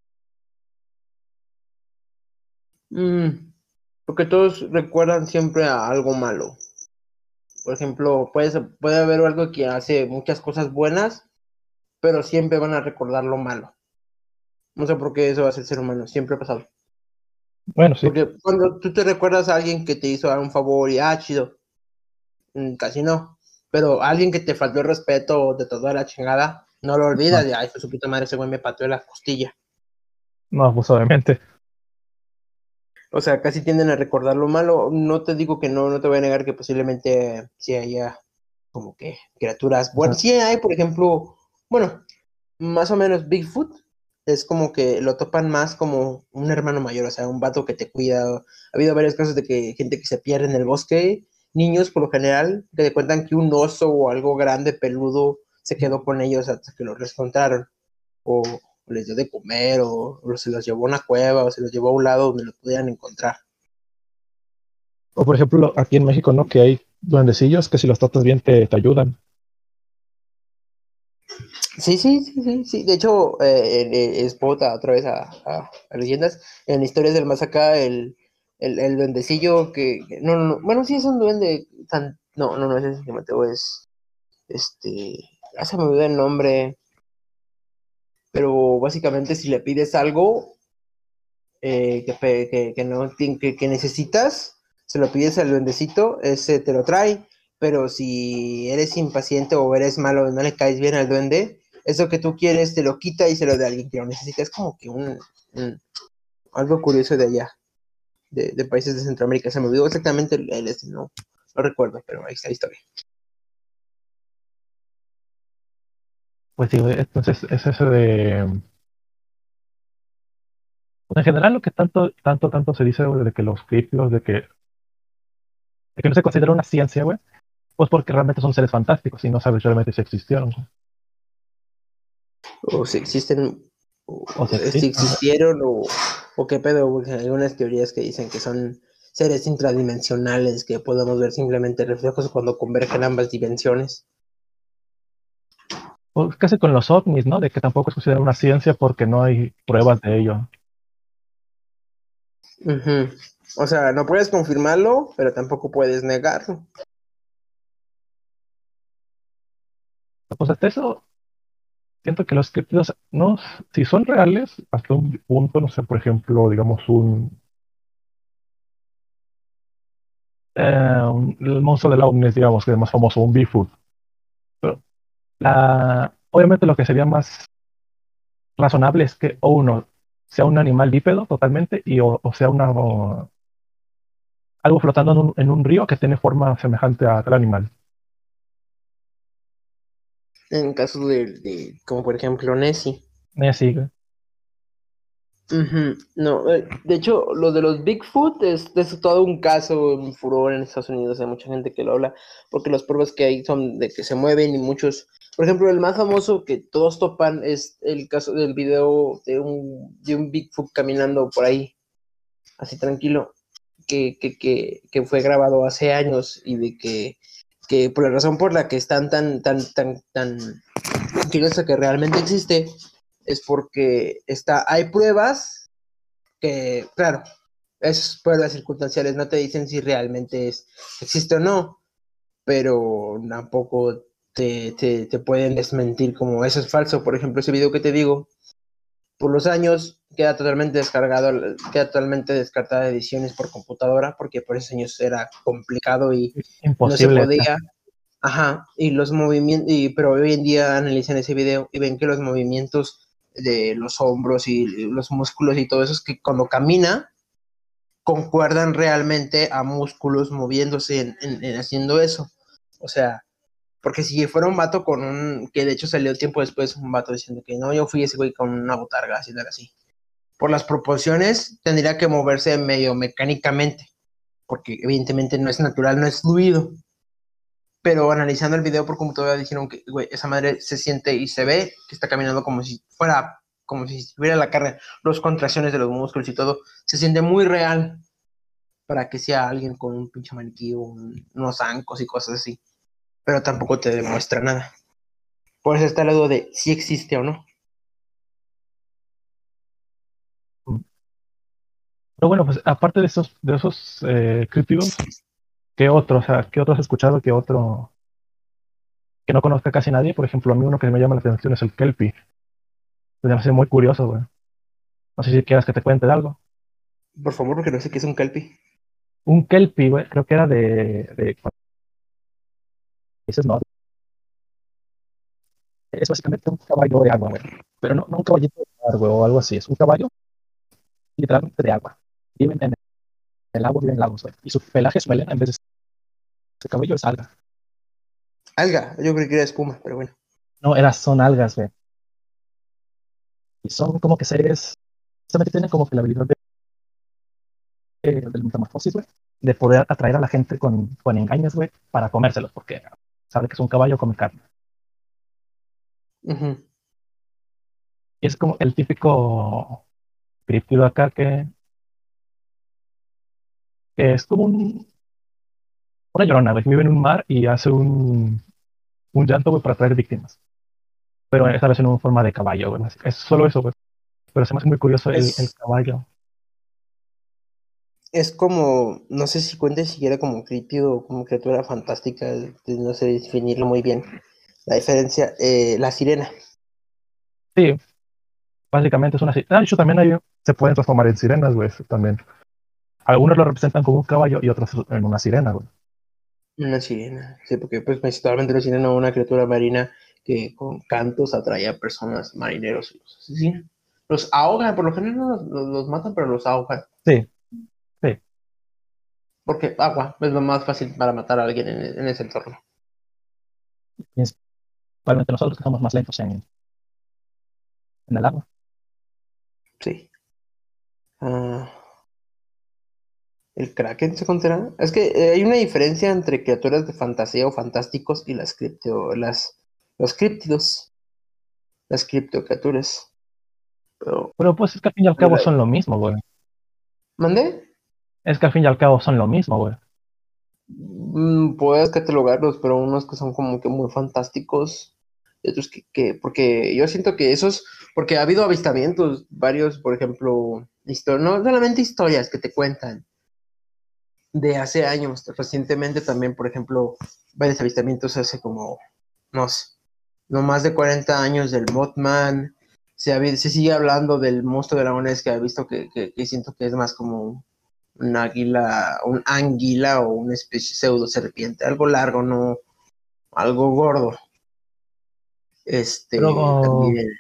[SPEAKER 2] Mm, porque todos recuerdan siempre a algo malo. Por ejemplo, puede, puede haber algo que hace muchas cosas buenas, pero siempre van a recordar lo malo. No sé por qué eso hace el ser humano, siempre ha pasado.
[SPEAKER 3] Bueno, sí.
[SPEAKER 2] Porque cuando tú te recuerdas a alguien que te hizo un favor y, ah, chido, casi no. Pero alguien que te faltó el respeto de toda la chingada, no lo olvidas. No. Y, ay, fue su puta madre, ese güey me pateó la costilla.
[SPEAKER 3] No, pues obviamente.
[SPEAKER 2] O sea, casi tienden a recordar lo malo. No te digo que no, no te voy a negar que posiblemente sí haya como que criaturas buenas. Sí hay, por ejemplo, bueno, más o menos Bigfoot es como que lo topan más como un hermano mayor, o sea, un vato que te cuida. Ha habido varios casos de que gente que se pierde en el bosque, niños por lo general, que te cuentan que un oso o algo grande, peludo, se quedó con ellos hasta que los encontraron. O, o les dio de comer, o, o se los llevó a una cueva, o se los llevó a un lado donde los pudieran encontrar.
[SPEAKER 3] O por ejemplo, aquí en México, ¿no? Que hay duendecillos que si los tratas bien te, te ayudan.
[SPEAKER 2] Sí, sí, sí, sí, sí. De hecho, eh, es bota otra vez a, a, a leyendas. En Historias del Más Acá, el, el, el duendecillo que, que... No, no, no. Bueno, sí es un duende tan... No, no, no es ese que Mateo, es... Este... Ya se me olvidó el nombre. Pero básicamente si le pides algo eh, que, que, que, no, que, que necesitas, se lo pides al duendecito, ese te lo trae. Pero si eres impaciente o eres malo y no le caes bien al duende, eso que tú quieres te lo quita y se lo da a alguien que lo necesita. Es como que un, un algo curioso de allá, de, de países de Centroamérica. Se me olvidó exactamente el, el este, no, no recuerdo, pero ahí está la historia.
[SPEAKER 3] Pues sí, entonces es eso de... Pues en general lo que tanto, tanto, tanto se dice de que los criptidos, de que, de que no se considera una ciencia, güey, pues porque realmente son seres fantásticos y no sabes realmente si existieron.
[SPEAKER 2] O si existen, o,
[SPEAKER 3] o si,
[SPEAKER 2] si existieron, o, o qué pedo, porque hay algunas teorías que dicen que son seres intradimensionales, que podemos ver simplemente reflejos cuando convergen ambas dimensiones.
[SPEAKER 3] Pues casi con los ovnis, ¿no? De que tampoco es considerada una ciencia porque no hay pruebas de ello.
[SPEAKER 2] Uh-huh. O sea, no puedes confirmarlo, pero tampoco puedes negarlo.
[SPEAKER 3] Pues hasta eso, siento que los criptidos, no, si son reales, hasta un punto, no sé, por ejemplo, digamos un... Eh, un el monstruo del Loch Ness, digamos, que es más famoso, un Bigfoot. Pero la, obviamente lo que sería más razonable es que o uno sea un animal bípedo totalmente y o, o sea una o, algo flotando en un, en un río que tiene forma semejante a tal animal.
[SPEAKER 2] En caso de, de como por ejemplo Nessie.
[SPEAKER 3] Nessie, güey.
[SPEAKER 2] Ujú. No, eh, de hecho, lo de los Bigfoot es, es todo un caso, un furor en Estados Unidos. Hay mucha gente que lo habla, porque las pruebas que hay son de que se mueven y muchos. Por ejemplo, el más famoso que todos topan es el caso del video de un, de un Bigfoot caminando por ahí, así tranquilo, que, que, que, que fue grabado hace años y de que, que por la razón por la que están tan, tan, tan, tan curiosa que realmente existe es porque está, hay pruebas que, claro, esas pruebas circunstanciales no te dicen si realmente es, existe o no, pero tampoco te, te, te pueden desmentir como eso es falso. Por ejemplo, ese video que te digo, por los años queda totalmente descargado, queda totalmente descartada de ediciones por computadora, porque por esos años era complicado y no se
[SPEAKER 3] Imposible acá.
[SPEAKER 2] podía. Ajá, y los movimientos, y, pero hoy en día analizan ese video y ven que los movimientos de los hombros y los músculos y todo eso es que cuando camina concuerdan realmente a músculos moviéndose en, en, en haciendo eso. O sea, porque si fuera un vato con un, que de hecho salió tiempo después un vato diciendo que no, yo fui ese güey con una botarga haciendo así. Por las proporciones tendría que moverse medio mecánicamente, porque evidentemente no es natural, no es fluido. Pero analizando el video por computadora dijeron que, güey, esa madre se siente y se ve que está caminando como si fuera, como si tuviera la carne, las contracciones de los músculos y todo, se siente muy real para que sea alguien con un pinche maniquí o un, unos zancos y cosas así, pero tampoco te demuestra nada. Por eso está el lado de si existe o no.
[SPEAKER 3] Pero bueno, pues aparte de esos, de esos eh, críptidos, ¿qué otro? O sea, ¿qué otro has escuchado? ¿Qué otro que no conozca casi nadie? Por ejemplo, a mí uno que me llama la atención es el Kelpie. Me hace muy curioso, güey. No sé si quieras que te cuente de algo.
[SPEAKER 2] Por favor, porque no sé qué es un kelpie.
[SPEAKER 3] Un Kelpie, güey, creo que era de, de países nórdicos. Es básicamente un caballo de agua, güey. Pero no, no un caballito de mar, güey, o algo así. Es un caballo literalmente de agua. Viven en el agua, viven en lagos, güey. Y su pelaje, su melena, en vez de su cabello, es alga.
[SPEAKER 2] Alga, yo creo que era espuma, pero bueno.
[SPEAKER 3] No, eras, son algas, güey. Y son como que seres, justamente tienen como que la habilidad de, de, del metamorfosis, güey, de poder atraer a la gente con, con engaños, güey, para comérselos, porque sabe que es un caballo, come carne.
[SPEAKER 2] Uh-huh.
[SPEAKER 3] Y es como el típico críptido acá que, que es como un, una llorona, güey, que vive en un mar y hace un, un llanto, güey, para atraer víctimas. Pero esta vez en una forma de caballo, güey. Es solo eso, güey. Pero se me hace muy curioso el, el
[SPEAKER 2] Es,
[SPEAKER 3] caballo.
[SPEAKER 2] es como, no sé si cuente siquiera como críptido o como criatura fantástica, no sé definirlo muy bien. La diferencia, eh, la sirena.
[SPEAKER 3] Sí, básicamente es una sirena. Ah, de hecho, también hay, se pueden transformar en sirenas, güey, también. Algunos lo representan como un caballo y otros en una sirena, güey.
[SPEAKER 2] Una sirena, sí, porque pues principalmente la sirena es una criatura marina que con cantos atrae a personas marineros y los asesinan. Los ahogan, por lo general no los, los, los matan, pero los ahogan.
[SPEAKER 3] Sí, sí.
[SPEAKER 2] Porque agua es lo más fácil para matar a alguien en, en ese entorno.
[SPEAKER 3] Principalmente nosotros que somos más lentos en, en el agua.
[SPEAKER 2] Sí. Ah, ¿el Kraken se contará? Es que eh, hay una diferencia entre criaturas de fantasía o fantásticos y las cripto, las, los críptidos, las criptocriaturas. Pero,
[SPEAKER 3] Pero pues es que al fin y al cabo son lo mismo, güey.
[SPEAKER 2] ¿mandé?
[SPEAKER 3] Es que al fin y al cabo son lo mismo, güey.
[SPEAKER 2] Mm, puedes catalogarlos, pero unos que son como que muy fantásticos, y otros que, que, porque yo siento que esos, porque ha habido avistamientos, varios, por ejemplo, histo- no solamente historias que te cuentan de hace años, recientemente también, por ejemplo, varios avistamientos hace como, no sé, no más de cuarenta años del Mothman, se, ha vi- se sigue hablando del monstruo de dragones que he visto que, que, que siento que es más como un águila, un anguila o una especie pseudo serpiente, algo largo, no, algo gordo.
[SPEAKER 3] Pero,
[SPEAKER 2] Este,
[SPEAKER 3] o
[SPEAKER 2] también,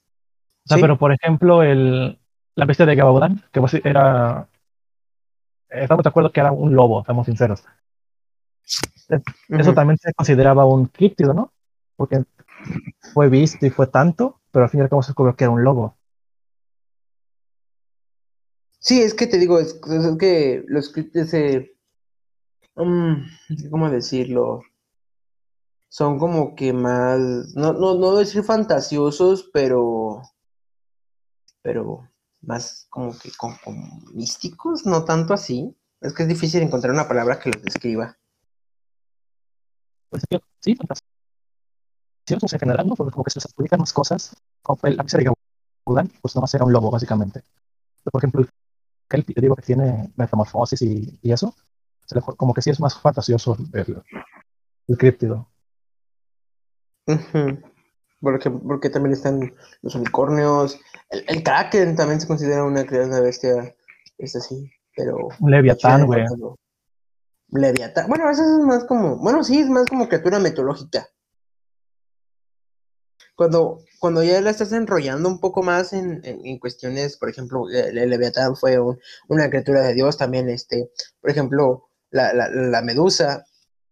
[SPEAKER 3] sea, pero
[SPEAKER 2] ¿sí?
[SPEAKER 3] por ejemplo, el, la bestia de Gabaudan, que pues era, estamos de acuerdo que era un lobo, estamos sinceros. Eso
[SPEAKER 2] Ujú.
[SPEAKER 3] también se consideraba un críptido, ¿no? Porque fue visto y fue tanto, pero al fin y al cabo se descubrió que era un lobo.
[SPEAKER 2] Sí, es que te digo, es, es que los críptidos se... mm, ¿cómo decirlo? Son como que más, no, no, no decir fantasiosos, pero, pero más como que como, como místicos, no tanto así. Es que es difícil encontrar una palabra que los describa.
[SPEAKER 3] Pues es que, sí, fantasiosos en general, ¿no? Porque como que se les adjudican más cosas, como el lápiz de Gauguin, pues nomás era un lobo, básicamente. Por ejemplo, el Kelpie, te digo que tiene metamorfosis y, y eso, se le- como que sí es más fantasioso el, el críptido.
[SPEAKER 2] Ujú. Porque, porque también están los unicornios. El, el Kraken también se considera una, una bestia, es así, pero
[SPEAKER 3] Un
[SPEAKER 2] más chida
[SPEAKER 3] Leviatán,
[SPEAKER 2] de
[SPEAKER 3] güey.
[SPEAKER 2] encontrarlo. Leviatán. Bueno, eso es más como, bueno, sí, es más como criatura mitológica. Cuando, cuando ya la estás enrollando un poco más en, en, en cuestiones, por ejemplo, el, el Leviatán fue un, una criatura de Dios también, este, por ejemplo, la, la, la medusa,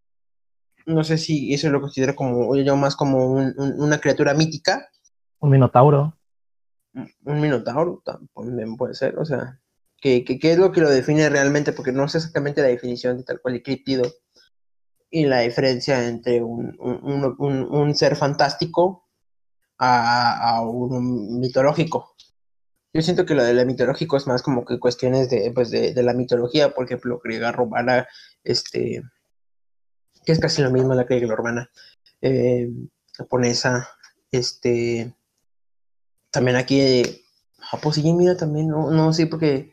[SPEAKER 2] no sé si eso lo considero como, yo más como un, un, una criatura mítica,
[SPEAKER 3] Un Minotauro.
[SPEAKER 2] un minotauro también puede ser, o sea, ¿qué, qué, qué es lo que lo define realmente? Porque no sé exactamente la definición de tal cual y críptido y la diferencia entre un, un, un, un ser fantástico a, a un mitológico. Yo siento que lo de la mitológico es más como que cuestiones de, pues de, de la mitología, por ejemplo, griega, romana, este, que es casi lo mismo la griega y la romana, eh, japonesa, este, también aquí, eh, ah, pues sí, mira, también, no, no, sí, porque,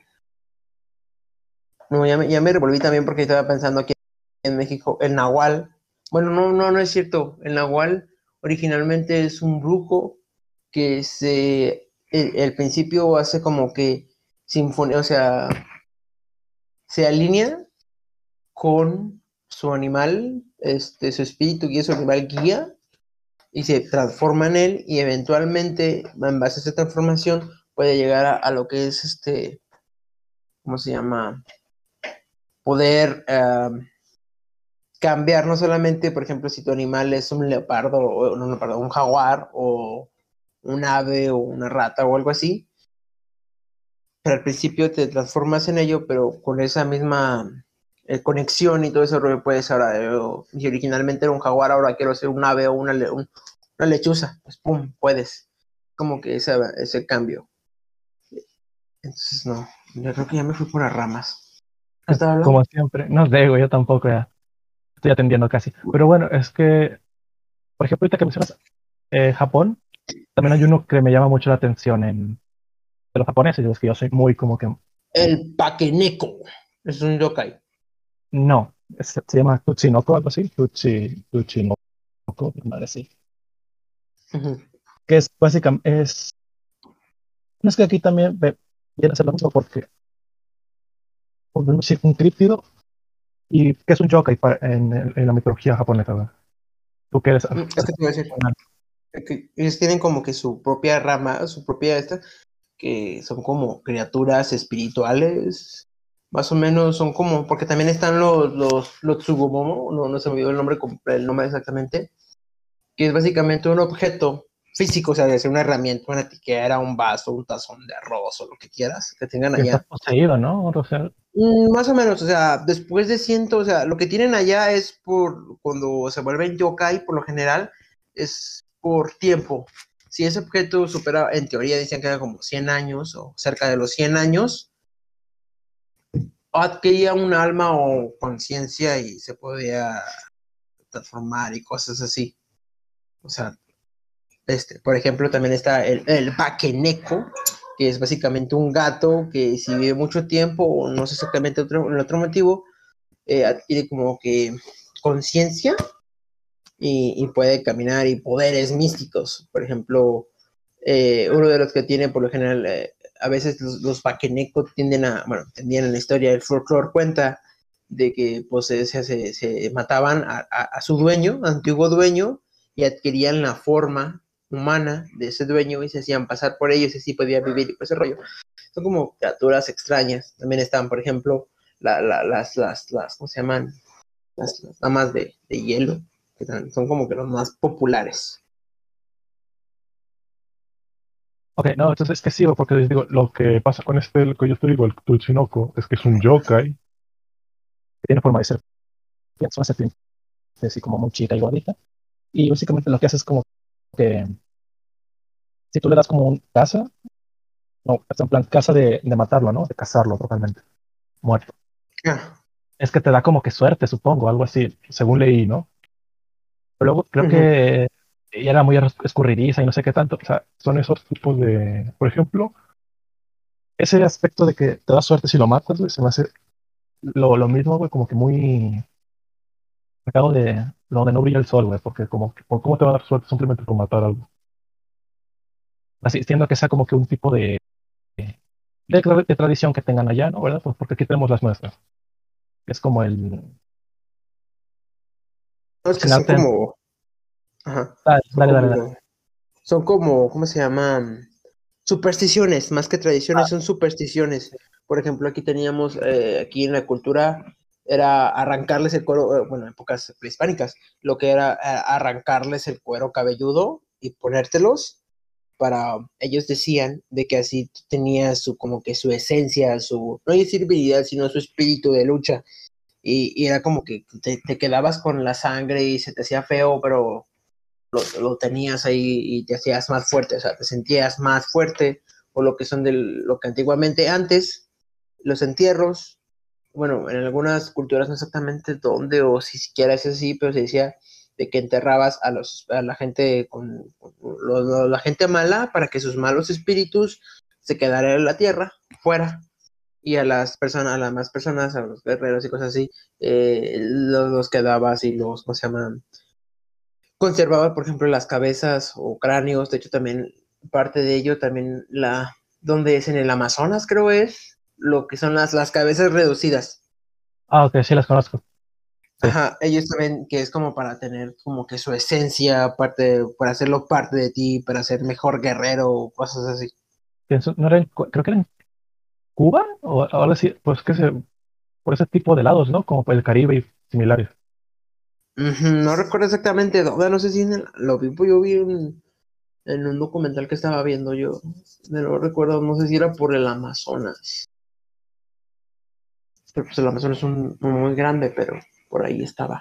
[SPEAKER 2] no, ya me, ya me revolví también porque estaba pensando aquí en México, el nahual, bueno, no, no, no es cierto, el nahual originalmente es un brujo que se, el, el principio hace como que sinfonía, o sea, se alinea con su animal, este, su espíritu guía, su animal guía, y se transforma en él, y eventualmente, en base a esa transformación, puede llegar a, a lo que es este, ¿cómo se llama? Poder uh, cambiar no solamente, por ejemplo, si tu animal es un leopardo, o no, no, perdón, un jaguar, o un ave, o una rata, o algo así, pero al principio te transformas en ello, pero con esa misma eh, conexión y todo eso rollo puedes ahora, eh, si originalmente era un jaguar, ahora quiero ser un ave o una, le un, una lechuza, pues pum, puedes. Como que ese, ese cambio. Entonces, no, yo creo que ya me fui por las ramas. ¿Qué estaba hablando?
[SPEAKER 3] Como siempre. No sé, güey, yo tampoco ya estoy atendiendo casi. Pero bueno, es que, por ejemplo, ahorita que mencionas eh, Japón, también hay uno que me llama mucho la atención en de los japoneses. Y es que yo soy muy como que.
[SPEAKER 2] El paqueneco. Es un yokai.
[SPEAKER 3] No, es- se llama Tutsinoko, algo así. Tutsi, Tutsinoko, madre sí.
[SPEAKER 2] Uh-huh.
[SPEAKER 3] Que es básicamente. Es, no es que aquí también ve- viene a ser lo mismo porque un, un críptido y que es un yokai para- en, en la mitología japonesa, ¿verdad? Tú que eres.
[SPEAKER 2] Es que te voy a decir, que ellos tienen como que su propia rama, su propia esta, que son como criaturas espirituales, más o menos son como, porque también están los, los, los Tsugumomo, no, no se me olvidó el nombre, el nombre exactamente, que es básicamente un objeto físico, o sea, de ser una herramienta, una tiquera, un vaso, un tazón de arroz o lo que quieras que tengan
[SPEAKER 3] Que está
[SPEAKER 2] allá.
[SPEAKER 3] poseído, ¿no? O sea,
[SPEAKER 2] Mm, más o menos, o sea, después de ciento, o sea, lo que tienen allá es por, cuando se vuelven yokai, por lo general, es por tiempo. Si ese objeto supera, en teoría dicen que era como cien años o cerca de los cien años, adquiría un alma o conciencia y se podía transformar y cosas así. O sea, este, por ejemplo, también está el, el Bakeneko, que es básicamente un gato que si vive mucho tiempo o no sé exactamente otro, el otro motivo, eh, adquiere como que conciencia y, y, puede caminar y poderes místicos. Por ejemplo, eh, uno de los que tiene por lo general, eh, a veces los, los Bakeneko tienden a, bueno, tendían en la historia, el folclore cuenta de que pues, se, se, se mataban a, a, a, su dueño, antiguo dueño, y adquirían la forma humana de ese dueño y se hacían pasar por ellos y así podían vivir y pues ese rollo. Son como criaturas extrañas. También están, por ejemplo, la, la, las, las, las, ¿cómo se llaman? Las, las damas de, de hielo, que son como que los más populares.
[SPEAKER 3] Ok, no, entonces es que sí, güey, porque les digo, lo que pasa con este, lo que yo te digo, el Tutsunoko, es que es un yokai que tiene forma de ser, es una serpiente así como muy chica y gordita, y básicamente lo que hace es como que si tú le das como un caza, no, es en plan caza de, de matarlo, ¿no? De cazarlo totalmente, muerto.
[SPEAKER 2] Ah,
[SPEAKER 3] Es que te da como que suerte, supongo, algo así, según leí, ¿no? Pero luego creo
[SPEAKER 2] ujú.
[SPEAKER 3] que ella era muy arras- escurridiza y no sé qué tanto, o sea, son esos tipos de, por ejemplo, ese aspecto de que te da suerte si lo matas, güey, se me hace lo, lo mismo, güey, como que muy sacado de donde no brilla el sol, güey, porque como, que- ¿por ¿cómo te va a dar suerte simplemente por matar algo? Así, siendo que sea como que un tipo de, de, tra- de tradición que tengan allá, ¿no? ¿Verdad? Pues porque aquí tenemos las nuestras. Es como el
[SPEAKER 2] No, es que son
[SPEAKER 3] cocinarte.
[SPEAKER 2] como, ajá,
[SPEAKER 3] Dale,
[SPEAKER 2] son
[SPEAKER 3] dale, dale, dale.
[SPEAKER 2] como, son como, ¿cómo se llaman? Supersticiones, más que tradiciones, son supersticiones. Por ejemplo, aquí teníamos, eh, aquí en la cultura, era arrancarles el cuero, eh, bueno, en épocas prehispánicas, lo que era eh, arrancarles el cuero cabelludo y ponértelos para, ellos decían de que así tenía su, como que su esencia, su, no decir habilidad, sino su espíritu de lucha. Y, y era como que te, te quedabas con la sangre y se te hacía feo, pero lo, lo tenías ahí y te hacías más fuerte, o sea, te sentías más fuerte, o lo que son de lo que antiguamente antes, los entierros, bueno, en algunas culturas no exactamente dónde o si siquiera es así, pero se decía de que enterrabas a los a la gente con, con lo, lo, la gente mala para que sus malos espíritus se quedaran en la tierra, fuera, y a las personas, a las más personas, a los guerreros y cosas así, eh, los, los quedabas y los, ¿cómo se llaman? Conservaba, por ejemplo, las cabezas o cráneos, de hecho también parte de ello también la, donde es en el Amazonas, creo es, lo que son las, las cabezas reducidas.
[SPEAKER 3] Ah, ok, sí las conozco. Sí.
[SPEAKER 2] Ajá, ellos también, que es como para tener como que su esencia, parte, para hacerlo parte de ti, para ser mejor guerrero o cosas así.
[SPEAKER 3] Pienso, no era en Cu- creo que era en Cuba, o ahora sí, pues que se, por ese tipo de lados, ¿no? Como por el Caribe y similares.
[SPEAKER 2] Ujú, no recuerdo exactamente dónde, no sé si en el- lo vi, pues yo vi un, en un documental que estaba viendo yo, no lo recuerdo, no sé si era por el Amazonas. Pero pues el Amazonas es un, un muy grande, pero por ahí estaba.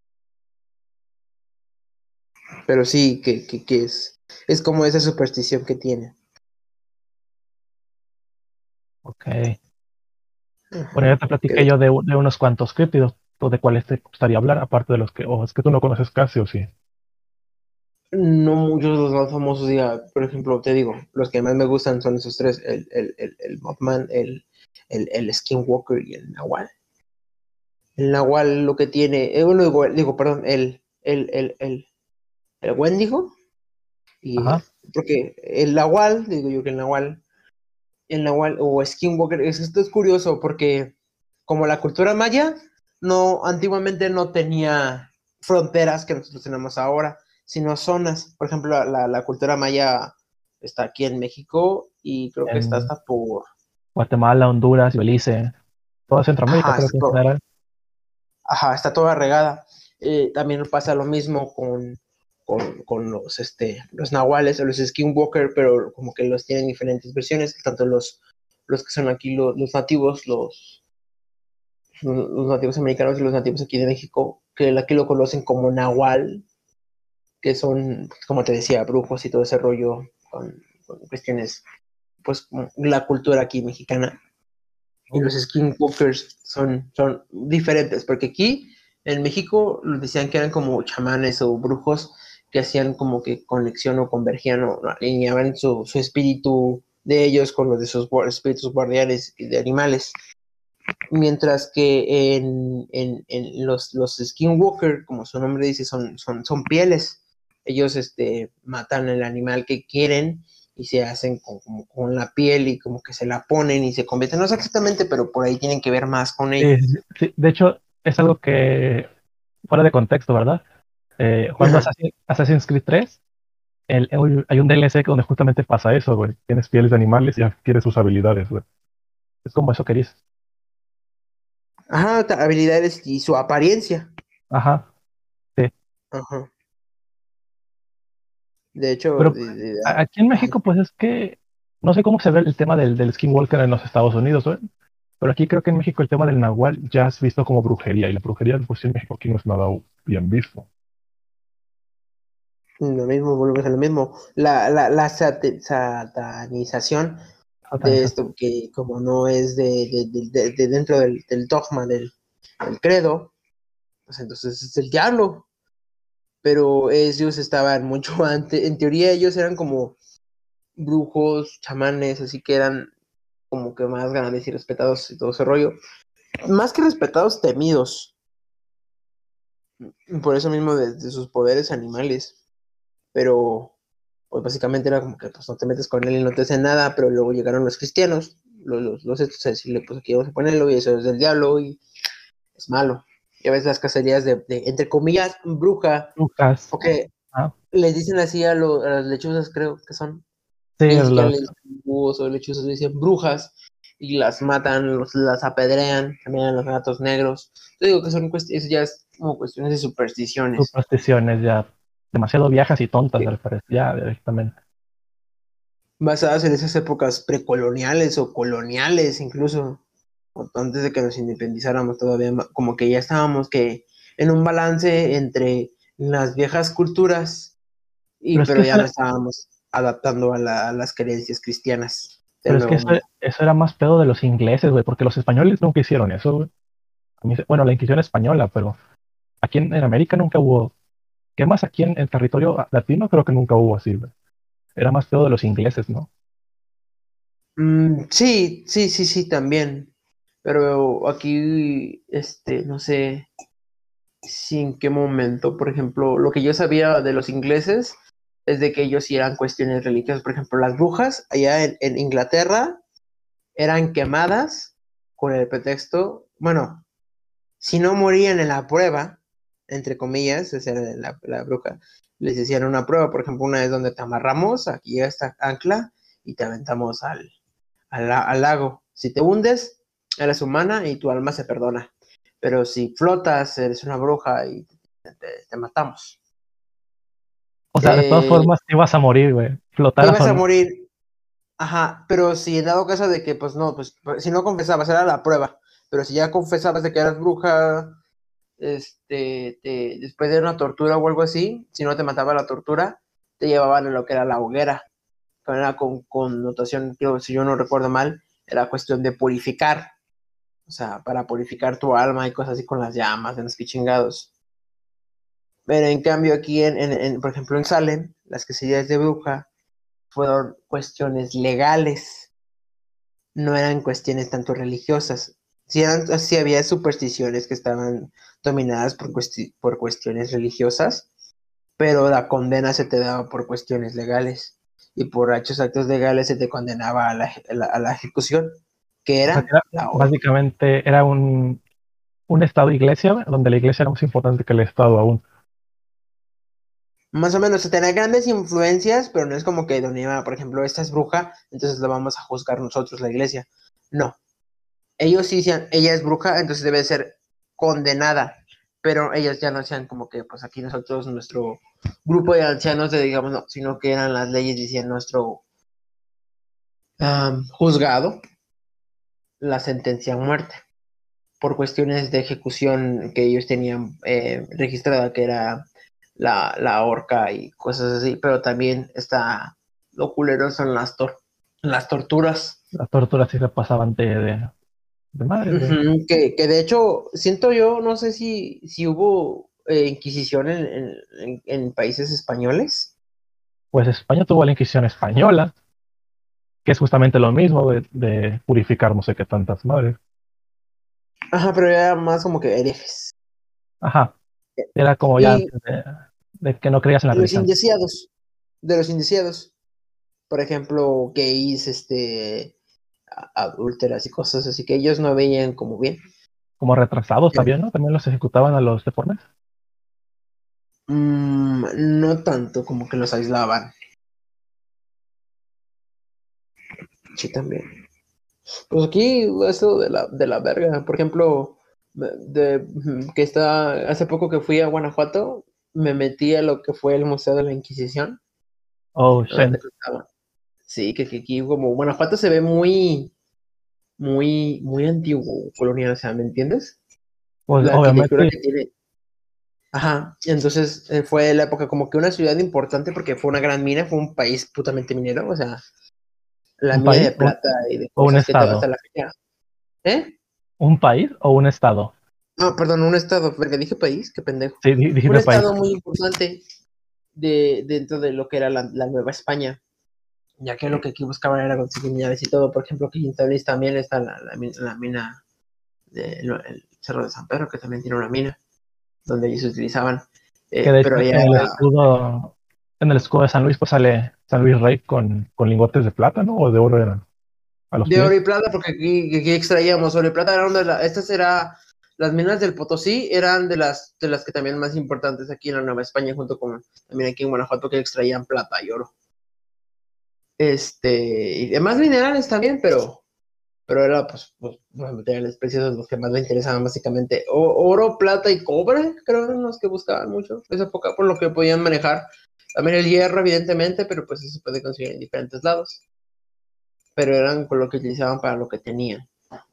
[SPEAKER 2] Pero sí, que, que, que es, es como esa superstición que tiene.
[SPEAKER 3] Ok. Bueno, ya
[SPEAKER 2] Ajá,
[SPEAKER 3] te
[SPEAKER 2] que de
[SPEAKER 3] platiqué
[SPEAKER 2] hecho,
[SPEAKER 3] yo de, u- de unos cuantos críptidos, ¿tú de cuáles te gustaría hablar? Aparte de los que, o es que tú no conoces casi, o sí.
[SPEAKER 2] no muchos de los más famosos, ya, por ejemplo, te digo, los que más me gustan son esos tres, el, el, el, el Mothman, el, el, el Skinwalker y el Nahual. El Nahual lo que tiene, eh, bueno, digo, digo, perdón, el, el, el, el, el Wendigo, y,
[SPEAKER 3] Ajá.
[SPEAKER 2] porque el Nahual, digo yo que el Nahual, el Nahual o Skinwalker, es, esto es curioso porque como la cultura maya, no, antiguamente no tenía fronteras que nosotros tenemos ahora, sino zonas. Por ejemplo, la, la, la cultura maya está aquí en México y creo que está
[SPEAKER 3] En
[SPEAKER 2] hasta por,
[SPEAKER 3] Guatemala, Honduras, Belice, toda Centroamérica,
[SPEAKER 2] ajá,
[SPEAKER 3] creo
[SPEAKER 2] está
[SPEAKER 3] que en
[SPEAKER 2] todo,
[SPEAKER 3] general.
[SPEAKER 2] ajá, está toda regada. Eh, también pasa lo mismo con, con, con, los, este, los nahuales o los skinwalker, pero como que los tienen diferentes versiones, tanto los, los que son aquí los, los nativos, los, los nativos americanos y los nativos aquí de México, que aquí lo conocen como nahual, que son, como te decía, brujos y todo ese rollo con, con cuestiones, pues como la cultura aquí mexicana. Y
[SPEAKER 3] Oh,
[SPEAKER 2] los skinwalkers son, son diferentes, porque aquí en México decían que eran como chamanes o brujos que hacían como que conexión o convergían o alineaban su, su espíritu de ellos con los de sus espíritus guardianes y de animales. Mientras que en, en, en los, los skinwalker, como su nombre dice, son, son, son pieles. Ellos este, matan el animal que quieren y se hacen con, como, con la piel y como que se la ponen y se convierten, no sé exactamente, pero por ahí tienen que ver más con ello.
[SPEAKER 3] sí, sí, sí. De hecho, es algo que, fuera de contexto, ¿verdad? Eh, jugando
[SPEAKER 2] Ajá.
[SPEAKER 3] Assassin- Assassin's Creed tres, el- el- hay un D L C donde justamente pasa eso, güey. Tienes pieles de animales y adquieres sus habilidades, güey. Es como eso que dices.
[SPEAKER 2] Ajá, ta- habilidades y su apariencia.
[SPEAKER 3] Ajá, sí.
[SPEAKER 2] Ajá. De hecho,
[SPEAKER 3] Pero
[SPEAKER 2] de- de-
[SPEAKER 3] a- aquí en
[SPEAKER 2] ajá.
[SPEAKER 3] México, pues es que no sé cómo se ve el tema del, del Skinwalker en los Estados Unidos, ¿eh? Pero aquí creo que en México el tema del Nahual ya es visto como brujería, y la brujería, pues sí, en México aquí no es nada bien visto.
[SPEAKER 2] Lo mismo, volvemos a lo mismo. La, la, la sate- satanización de
[SPEAKER 3] Satanización.
[SPEAKER 2] esto, que como no es de, de, de- de- de dentro del, del dogma del, del credo, pues entonces es el diablo. Pero ellos estaban mucho antes, en teoría ellos eran como brujos, chamanes, así que eran como que más grandes y respetados y todo ese rollo. Más que respetados, temidos. Por eso mismo de, de sus poderes animales. Pero pues básicamente era como que pues no te metes con él y no te hacen nada, pero luego llegaron los cristianos, los, los, los estos a decirle, pues aquí vamos a ponerlo y eso es del diablo y es malo. Ya ves las cacerías de, de entre comillas, bruja,
[SPEAKER 3] Lucas.
[SPEAKER 2] porque
[SPEAKER 3] Ah,
[SPEAKER 2] les dicen así a, lo, a las lechuzas, creo que son,
[SPEAKER 3] sí,
[SPEAKER 2] ni siquiera
[SPEAKER 3] los,
[SPEAKER 2] les dicen búhos o lechuzas, les dicen brujas y las matan, los, las apedrean, también a los gatos negros. Yo digo que son cuestiones, ya es como cuestiones de supersticiones.
[SPEAKER 3] supersticiones ya demasiado viejas y tontas, al parecer, ya directamente.
[SPEAKER 2] Basadas en esas épocas precoloniales o coloniales incluso, o antes de que nos independizáramos todavía, ma- como que ya estábamos que en un balance entre las viejas culturas, y
[SPEAKER 3] Pero es que
[SPEAKER 2] pero
[SPEAKER 3] eso,
[SPEAKER 2] ya no estábamos adaptando a, la- a las creencias cristianas
[SPEAKER 3] pero
[SPEAKER 2] del
[SPEAKER 3] es que
[SPEAKER 2] nuevo
[SPEAKER 3] eso,
[SPEAKER 2] mundo.
[SPEAKER 3] eso era más pedo de los ingleses, güey, porque los españoles nunca hicieron eso, güey. A mí se- Bueno, la Inquisición española, pero aquí en, en América nunca hubo. ¿Qué más aquí en el territorio latino? Creo que nunca hubo así, güey. Era más pedo de los ingleses, ¿no?
[SPEAKER 2] Mm, sí, sí, sí, sí, también, pero aquí, este, no sé si en qué momento, por ejemplo, lo que yo sabía de los ingleses es de que ellos sí eran cuestiones religiosas. Por ejemplo, las brujas allá en, en Inglaterra eran quemadas con el pretexto, bueno, si no morían en la prueba, entre comillas, o sea, la, la bruja, les hacían una prueba, por ejemplo, una es donde te amarramos aquí a esta ancla y te aventamos al, al, la- al lago. Si te hundes, eres humana y tu alma se perdona. Pero si flotas, eres una bruja y te, te- te matamos.
[SPEAKER 3] O sea, de todas
[SPEAKER 2] Eh,
[SPEAKER 3] formas, te ibas a morir, güey.
[SPEAKER 2] te
[SPEAKER 3] Flotaras
[SPEAKER 2] ibas
[SPEAKER 3] o
[SPEAKER 2] a
[SPEAKER 3] no.
[SPEAKER 2] morir, ajá, pero si en dado caso de que, pues no, pues si no confesabas, era la prueba. Pero si ya confesabas de que eras bruja, este, te- después de una tortura o algo así, si no te mataba la tortura, te llevaban a lo que era la hoguera, que era con connotación, creo, si yo no recuerdo mal, era cuestión de purificar, o sea, para purificar tu alma y cosas así con las llamas, en los que chingados. Pero en cambio aquí, en, en- en, por ejemplo, en Salem, las quesadillas de bruja fueron cuestiones legales, no eran cuestiones tanto religiosas. Sí, eran, sí había supersticiones que estaban dominadas por, cuesti- por cuestiones religiosas, pero la condena se te daba por cuestiones legales y por hechos actos legales se te condenaba a la, a la, a la ejecución, que
[SPEAKER 3] O sea, que
[SPEAKER 2] era
[SPEAKER 3] era,
[SPEAKER 2] la horca.
[SPEAKER 3] básicamente era un, un estado-iglesia, güey, donde la iglesia era más importante que el estado aún.
[SPEAKER 2] Más o menos, se tenía grandes influencias, pero no es como que Don Eva, por ejemplo, esta es bruja, entonces la vamos a juzgar nosotros, la iglesia. No, ellos sí decían, ella es bruja, entonces debe ser condenada, pero ellos ya no hacían como que, pues aquí nosotros, nuestro grupo de ancianos, de, digamos, no, sino que eran las leyes, decían nuestro um, juzgado, la sentencia a muerte, por cuestiones de ejecución que ellos tenían eh, registrada, que era la, la horca y cosas así, pero también está, lo culero son las, tor las torturas.
[SPEAKER 3] Las torturas sí se pasaban de, de, de madres, güey.
[SPEAKER 2] Ujú, que, que de hecho, siento yo, no sé si, si hubo eh, Inquisición en, en, en- en países españoles.
[SPEAKER 3] Pues España tuvo la Inquisición española, que es justamente lo mismo de, de purificar no sé qué tantas madres.
[SPEAKER 2] Ajá, pero era más como que herejes.
[SPEAKER 3] Ajá, era como ya
[SPEAKER 2] Y
[SPEAKER 3] antes de, de que no creías en la
[SPEAKER 2] los
[SPEAKER 3] religión.
[SPEAKER 2] indiciados, de los indiciados, por ejemplo, gays, este, a- adúlteras y cosas así que ellos no veían como bien.
[SPEAKER 3] Como retrasados
[SPEAKER 2] Pero,
[SPEAKER 3] también, ¿no? También los ejecutaban a los deformes.
[SPEAKER 2] mm, no tanto como que los aislaban. Sí, también. Pues aquí, eso de la, de la verga. Por ejemplo, de, que está, hace poco que fui a Guanajuato, me metí a lo que fue el Museo de la Inquisición,
[SPEAKER 3] Oh,
[SPEAKER 2] donde
[SPEAKER 3] shit.
[SPEAKER 2] estaba. Sí, que, que aquí como Guanajuato se ve muy, muy, muy antiguo, colonial, o sea, ¿me entiendes?
[SPEAKER 3] Pues
[SPEAKER 2] La arquitectura
[SPEAKER 3] obviamente,
[SPEAKER 2] que tiene. Ajá, y entonces eh, fue la época como que una ciudad importante porque fue una gran mina, fue un país putamente minero, o sea, la
[SPEAKER 3] ¿un
[SPEAKER 2] mina
[SPEAKER 3] país
[SPEAKER 2] de
[SPEAKER 3] o,
[SPEAKER 2] plata y de
[SPEAKER 3] o un
[SPEAKER 2] cosas que te hasta
[SPEAKER 3] estado?
[SPEAKER 2] la fecha. ¿Eh?
[SPEAKER 3] ¿Un país o un estado?
[SPEAKER 2] No, perdón, un estado, porque dije país, qué pendejo.
[SPEAKER 3] Sí, di-
[SPEAKER 2] Un
[SPEAKER 3] dijiste país.
[SPEAKER 2] estado muy importante de, dentro de lo que era la, la Nueva España, ya que lo que aquí buscaban era conseguir minerales y todo. Por ejemplo, aquí en Tabriz también está la, la, min- la mina del el Cerro de San Pedro, que también tiene una mina, donde ellos utilizaban.
[SPEAKER 3] Que
[SPEAKER 2] Eh,
[SPEAKER 3] de hecho
[SPEAKER 2] pero ya,
[SPEAKER 3] en el escudo, en el escudo de San Luis, pues sale San Luis Rey con, con lingotes de plata, ¿no? O de oro eran a los
[SPEAKER 2] de oro y
[SPEAKER 3] pies.
[SPEAKER 2] plata, porque aquí, aquí extraíamos oro y plata, eran de la, estas era, las minas del Potosí eran de las, de las que también más importantes aquí en la Nueva España, junto con también aquí en Guanajuato, que extraían plata y oro. Este, y demás minerales también, pero, pero era pues, pues los materiales preciosos los que más le interesaban básicamente. O, oro, plata y cobre, creo eran los que buscaban mucho en esa época, por lo que podían manejar. También el hierro, evidentemente, pero pues eso se puede conseguir en diferentes lados. Pero eran con lo que utilizaban para lo que tenían.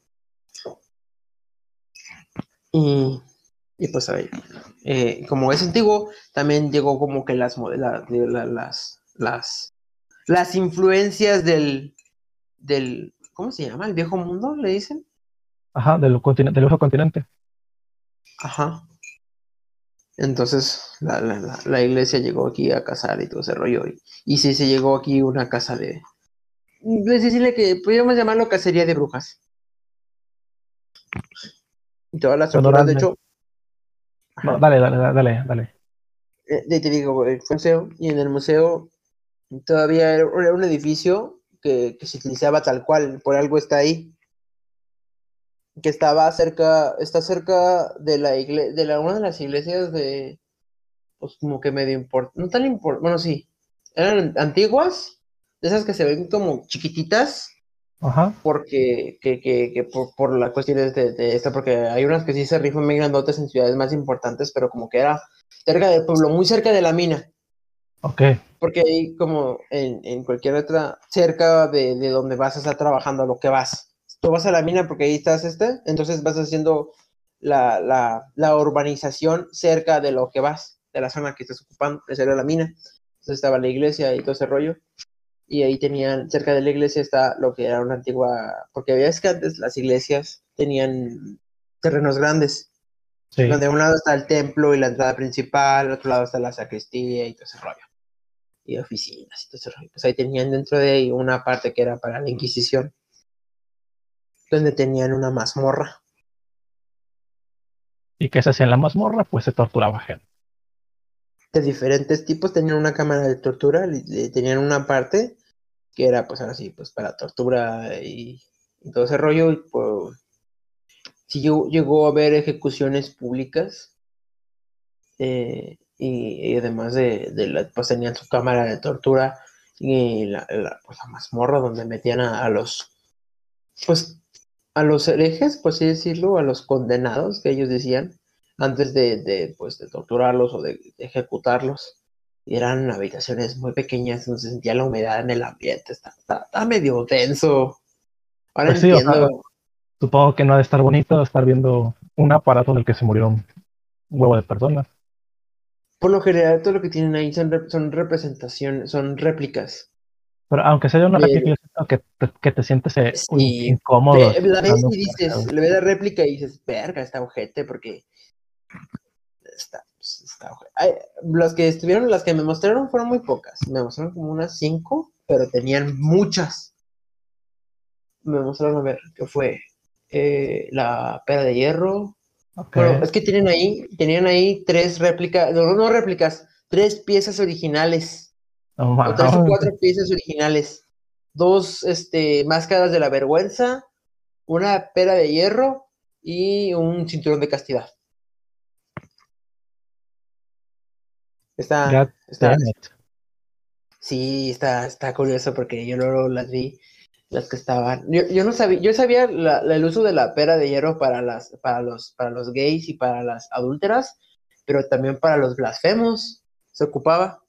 [SPEAKER 2] Y, y pues a ver, eh, como es antiguo, también llegó como que las, la, la, las, las, las influencias del, del, ¿cómo se llama? ¿El viejo mundo? ¿Le dicen?
[SPEAKER 3] Ajá, del continente, del viejo continente.
[SPEAKER 2] Ajá. Entonces la, la, la, la iglesia llegó aquí a casar y todo ese rollo. Y, y sí se llegó aquí una casa de, es decirle que podríamos llamarlo cacería de brujas. Y todas las
[SPEAKER 3] Pero
[SPEAKER 2] torturas, de
[SPEAKER 3] normalmente.
[SPEAKER 2] hecho,
[SPEAKER 3] No,
[SPEAKER 2] ajá.
[SPEAKER 3] dale, dale, dale, dale.
[SPEAKER 2] Eh, de- te digo, eh, fue un museo y en el museo todavía era, era un edificio que, que se utilizaba tal cual, por algo está ahí, que estaba cerca, está cerca de la iglesia, de la, una de las iglesias de, pues como que medio importante, no tan importante, bueno, sí, eran antiguas, de esas que se ven como chiquititas,
[SPEAKER 3] Ajá.
[SPEAKER 2] porque, que, que, que por, por las cuestiones de, de esta, porque hay unas que sí se rifan muy grandotes en ciudades más importantes, pero como que era cerca del pueblo, muy cerca de la mina.
[SPEAKER 3] Ok.
[SPEAKER 2] Porque ahí como en, en cualquier otra, cerca de, de donde vas a estar trabajando, a lo que vas. Tú vas a la mina porque ahí estás, este, entonces vas haciendo la, la, la urbanización cerca de lo que vas, de la zona que estás ocupando, esa era la mina. Entonces estaba la iglesia y todo ese rollo. Y ahí tenían, cerca de la iglesia está lo que era una antigua, porque había es que antes las iglesias tenían terrenos grandes,
[SPEAKER 3] Sí.
[SPEAKER 2] donde a un lado está el templo y la entrada principal, al otro lado está la sacristía y todo ese rollo y oficinas y todo ese rollo. Pues ahí tenían dentro de ahí una parte que era para la Inquisición, donde tenían una mazmorra.
[SPEAKER 3] ¿Y qué se hacía en la mazmorra? Pues se torturaba gente.
[SPEAKER 2] De diferentes tipos, tenían una cámara de tortura, y tenían una parte que era pues ahora sí, pues para tortura y, y todo ese rollo, y pues sí llegó, llegó a haber ejecuciones públicas, eh, y, y además de, de la, pues tenían su cámara de tortura y la, la, pues, la mazmorra donde metían a, a los, pues a los herejes, por así decirlo, a los condenados que ellos decían, antes de, de, pues, de torturarlos o de, de ejecutarlos. Y eran habitaciones muy pequeñas, no se sentía la humedad en el ambiente, está, está, está medio denso. Ahora
[SPEAKER 3] Pues sí, o sea,
[SPEAKER 2] entiendo.
[SPEAKER 3] supongo que no ha de estar bonito estar viendo un aparato del que se murieron un huevo de personas.
[SPEAKER 2] Por lo general, todo lo que tienen ahí son, rep- son representaciones, son réplicas.
[SPEAKER 3] Pero aunque sea una réplica,
[SPEAKER 2] De,
[SPEAKER 3] yo siento que te, que te sientes eh, in-
[SPEAKER 2] si
[SPEAKER 3] incómodo
[SPEAKER 2] ve- la ves
[SPEAKER 3] estando
[SPEAKER 2] y
[SPEAKER 3] cerca.
[SPEAKER 2] dices, le ves la réplica y dices, verga, está ojete, porque está, pues, está ojete. Ay, los que estuvieron, las que me mostraron fueron muy pocas. Me mostraron como unas cinco, pero tenían muchas. Me mostraron a ver qué fue eh, la pera de hierro.
[SPEAKER 3] Ok.
[SPEAKER 2] Bueno, es que tienen ahí, tenían ahí tres réplicas, no, no réplicas, tres piezas originales,
[SPEAKER 3] No
[SPEAKER 2] o tres o
[SPEAKER 3] mames.
[SPEAKER 2] cuatro piezas originales. Dos este, máscaras de la vergüenza, una pera de hierro y un cinturón de castidad. Está,
[SPEAKER 3] God
[SPEAKER 2] está,
[SPEAKER 3] damn it.
[SPEAKER 2] sí, está, está curioso porque yo luego las vi. las que estaban. Yo, yo no sabía, yo sabía la, la- el uso de la pera de hierro para las, para los, para los gays y para las adúlteras, pero también para los blasfemos se ocupaba.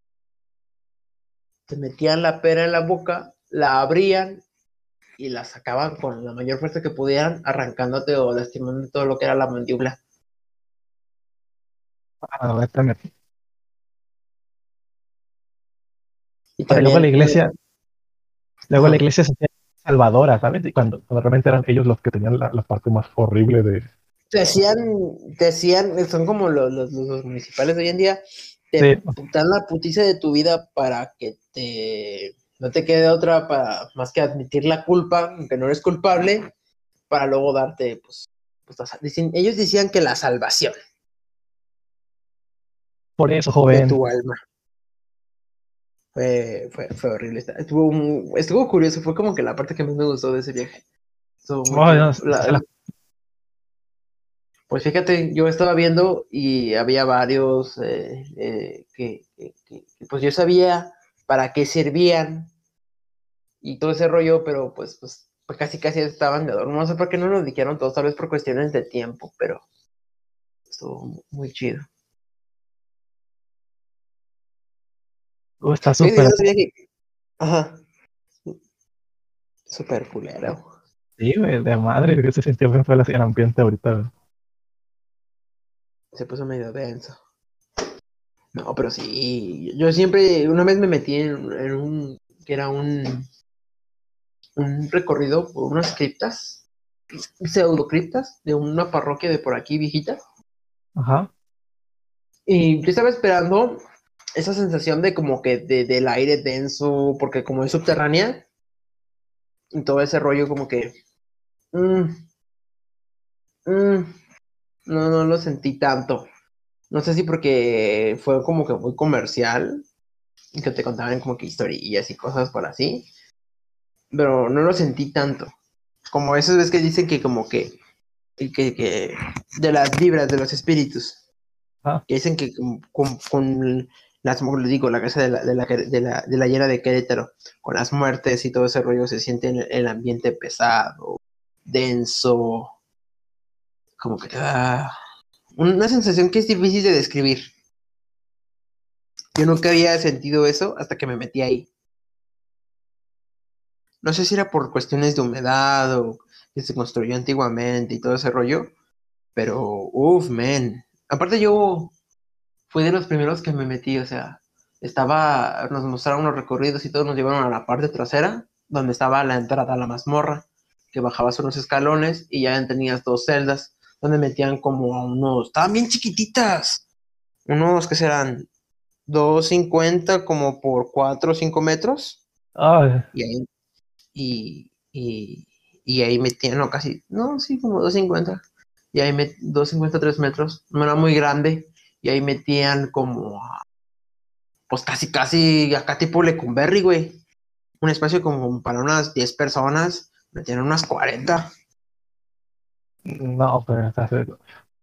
[SPEAKER 2] Se metían la pera en la boca, la abrían y la sacaban con la mayor fuerza que pudieran, arrancándote o lastimando todo lo que era la mandíbula.
[SPEAKER 3] Ah, vete, me-
[SPEAKER 2] Y
[SPEAKER 3] Pero luego la
[SPEAKER 2] también,
[SPEAKER 3] iglesia, luego la
[SPEAKER 2] ajá,
[SPEAKER 3] iglesia se hacía salvadora, ¿sabes? Y cuando, cuando realmente eran ellos los que tenían la, la parte más horrible de...
[SPEAKER 2] te hacían, te hacían, son como los, los, los municipales de hoy en día,
[SPEAKER 3] Sí,
[SPEAKER 2] te dan la putiza de tu vida para que te no te quede otra para más que admitir la culpa, aunque no eres culpable, para luego darte, pues, pues la sal- dicen- ellos decían que la salvación
[SPEAKER 3] por eso,
[SPEAKER 2] de
[SPEAKER 3] joven.
[SPEAKER 2] tu alma. Fue, fue, fue horrible. Está- Estuvo, un- estuvo curioso, fue como que la parte que más me gustó de ese viaje. Estuvo muy
[SPEAKER 3] Oh,
[SPEAKER 2] chido.
[SPEAKER 3] no, es que
[SPEAKER 2] La-
[SPEAKER 3] se la-
[SPEAKER 2] pues fíjate, yo estaba viendo y había varios eh, eh, que, que- que- que, pues yo sabía para qué servían y todo ese rollo, pero pues, pues, pues casi casi estaban de adorno. No sé por qué no nos dijeron todos, tal vez por cuestiones de tiempo, pero estuvo muy chido.
[SPEAKER 3] oh, está
[SPEAKER 2] Fíjate, yo
[SPEAKER 3] súper.
[SPEAKER 2] no sabía que... Ajá, súper culero.
[SPEAKER 3] Sí, güey, de madre, que se sintió bien feo el ambiente ahorita, güey.
[SPEAKER 2] Se puso medio denso. No, pero sí, yo siempre, una vez me metí en, en un, que era un, un recorrido por unas criptas, pseudocriptas, de una parroquia de por aquí viejita,
[SPEAKER 3] Ajá.
[SPEAKER 2] y yo estaba esperando esa sensación de como que de, del aire denso, porque como es subterránea, y todo ese rollo como que, mm, mm, no, no lo sentí tanto. No sé si porque fue como que muy comercial, y que te contaban como que historias y cosas por así, pero no lo sentí tanto. Como esas veces que dicen que como que, que, que de las vibras de los espíritus,
[SPEAKER 3] Ah,
[SPEAKER 2] que dicen que con, con, con las, como les digo, la casa de la, de la, de la, de la llena de Querétaro, con las muertes y todo ese rollo, se siente el, el ambiente pesado, denso, como que, ah, una sensación que es difícil de describir. Yo nunca había sentido eso hasta que me metí ahí. No sé si era por cuestiones de humedad o que se construyó antiguamente y todo ese rollo, pero, uff, man. Aparte yo fui de los primeros que me metí, o sea, estaba, nos mostraron los recorridos y todos nos llevaron a la parte trasera, donde estaba la entrada a la mazmorra, que bajabas unos escalones y ya tenías dos celdas, donde metían como a unos, estaban bien chiquititas, unos que serán dos cincuenta como por cuatro o cinco metros,
[SPEAKER 3] ah,
[SPEAKER 2] y ahí, y, y, y ahí metían, no, casi, no, sí, como dos cincuenta y ahí met, dos cincuenta tres metros, no era muy grande, y ahí metían como pues casi, casi acá tipo Lecumberri, güey. Un espacio como para unas diez personas, me tienen unas cuarenta.
[SPEAKER 3] no, pero está feo.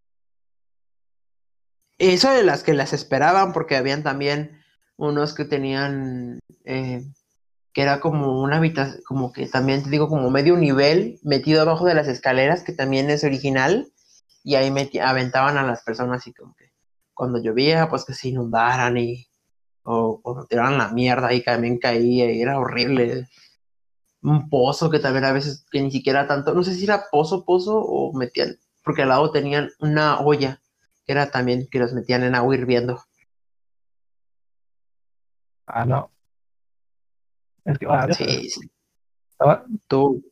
[SPEAKER 2] Eso de las que las esperaban, porque habían también unos que tenían, eh, que era como una habitación, como que también te digo, como medio nivel metido abajo de las escaleras, que también es original, y ahí meti- aventaban a las personas y como que cuando llovía, pues que se inundaran y, o cuando tiraban la mierda y también caía y era horrible. Un pozo que también a veces que ni siquiera tanto, no sé si era pozo, pozo o metían, porque al lado tenían una olla que era también que los metían en agua hirviendo.
[SPEAKER 3] Ah, no. Es que, ah, ya sabes,
[SPEAKER 2] Sí, sí.
[SPEAKER 3] estaba-
[SPEAKER 2] Tú.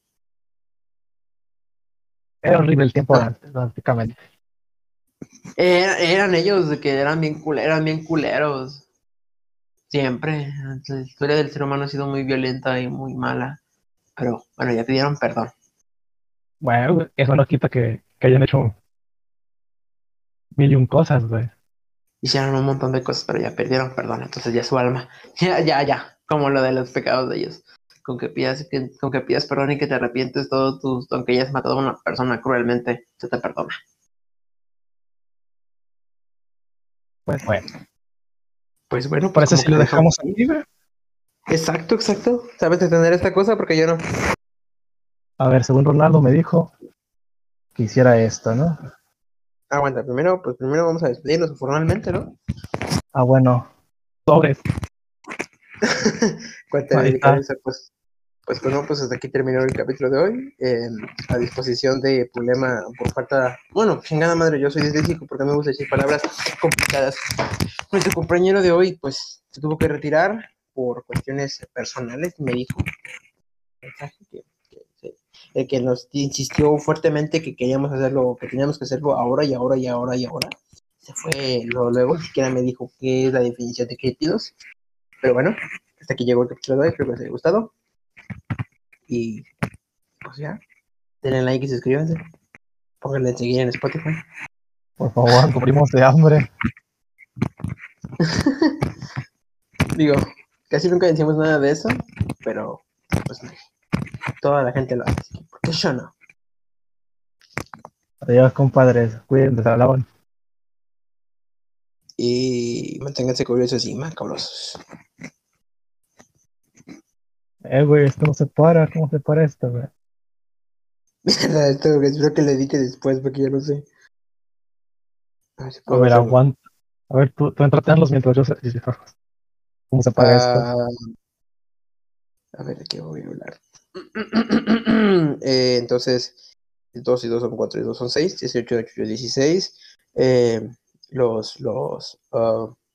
[SPEAKER 3] era horrible el tiempo de
[SPEAKER 2] Ah,
[SPEAKER 3] antes, prácticamente.
[SPEAKER 2] era- eran ellos de que eran bien, cule- eran bien culeros. Siempre. La historia del ser humano ha sido muy violenta y muy mala. Pero bueno, ya pidieron perdón.
[SPEAKER 3] Bueno, güey, eso no quita que, que hayan hecho mil y un cosas, güey.
[SPEAKER 2] Hicieron un montón de cosas, pero ya perdieron perdón. Entonces ya su alma. Ya, ya, ya. Como lo de los pecados de ellos. Con que pidas, que, con que pidas perdón y que te arrepientes todo tus, aunque hayas matado a una persona cruelmente, se te perdona.
[SPEAKER 3] Pues bueno,
[SPEAKER 2] Pues bueno, pues
[SPEAKER 3] parece
[SPEAKER 2] como
[SPEAKER 3] si
[SPEAKER 2] que
[SPEAKER 3] lo
[SPEAKER 2] lo dejamos
[SPEAKER 3] dejamos
[SPEAKER 2] aquí.
[SPEAKER 3] aquí, güey.
[SPEAKER 2] Exacto, exacto. ¿Sabes detener esta cosa? Porque yo no.
[SPEAKER 3] A ver, según Ronaldo me dijo que hiciera esto, ¿no?
[SPEAKER 2] Aguanta, primero, pues primero vamos a despedirnos formalmente, ¿no?
[SPEAKER 3] Ah, bueno, sobres,
[SPEAKER 2] Cuenta
[SPEAKER 3] ahí
[SPEAKER 2] dedicar
[SPEAKER 3] está.
[SPEAKER 2] eso, pues. Pues bueno, pues hasta aquí terminó el capítulo de hoy. Eh, a disposición de problema por falta. Bueno, chingada madre, yo soy disléxico porque me gusta decir palabras complicadas. Nuestro compañero de hoy, pues, se tuvo que retirar por cuestiones personales. Me dijo mensaje que, que, que- el que nos insistió fuertemente que queríamos hacerlo, que teníamos que hacerlo ahora y ahora y ahora y ahora. Se fue luego, luego, ni siquiera me dijo qué es la definición de créditos. Pero bueno, hasta aquí llegó el capítulo de hoy. Espero que les haya gustado. Y pues ya. Denle like y suscríbanse. Pónganle a seguir en Spotify.
[SPEAKER 3] Por favor, cubrimos de hambre.
[SPEAKER 2] Digo, casi nunca decimos nada de eso, pero pues toda la gente lo hace. Así que, ¿por qué yo no?
[SPEAKER 3] Adiós, compadres. Cuídense, se hablaban.
[SPEAKER 2] Y manténganse curiosos y macabrosos.
[SPEAKER 3] Eh, güey, esto no se para. ¿Cómo se para esto, güey?
[SPEAKER 2] Mierda, esto espero que le edite después porque yo no sé. A ver si
[SPEAKER 3] A
[SPEAKER 2] puedo
[SPEAKER 3] ver,
[SPEAKER 2] hacerlo.
[SPEAKER 3] aguanta. A ver, tú, tú entretenlos mientras yo sé cómo se para esto.
[SPEAKER 2] Ah, a ver, ¿de qué voy a hablar? Eh, entonces, dos y dos son cuatro y dos son seis. dieciocho, ocho y dieciséis. Eh, los, los, ah,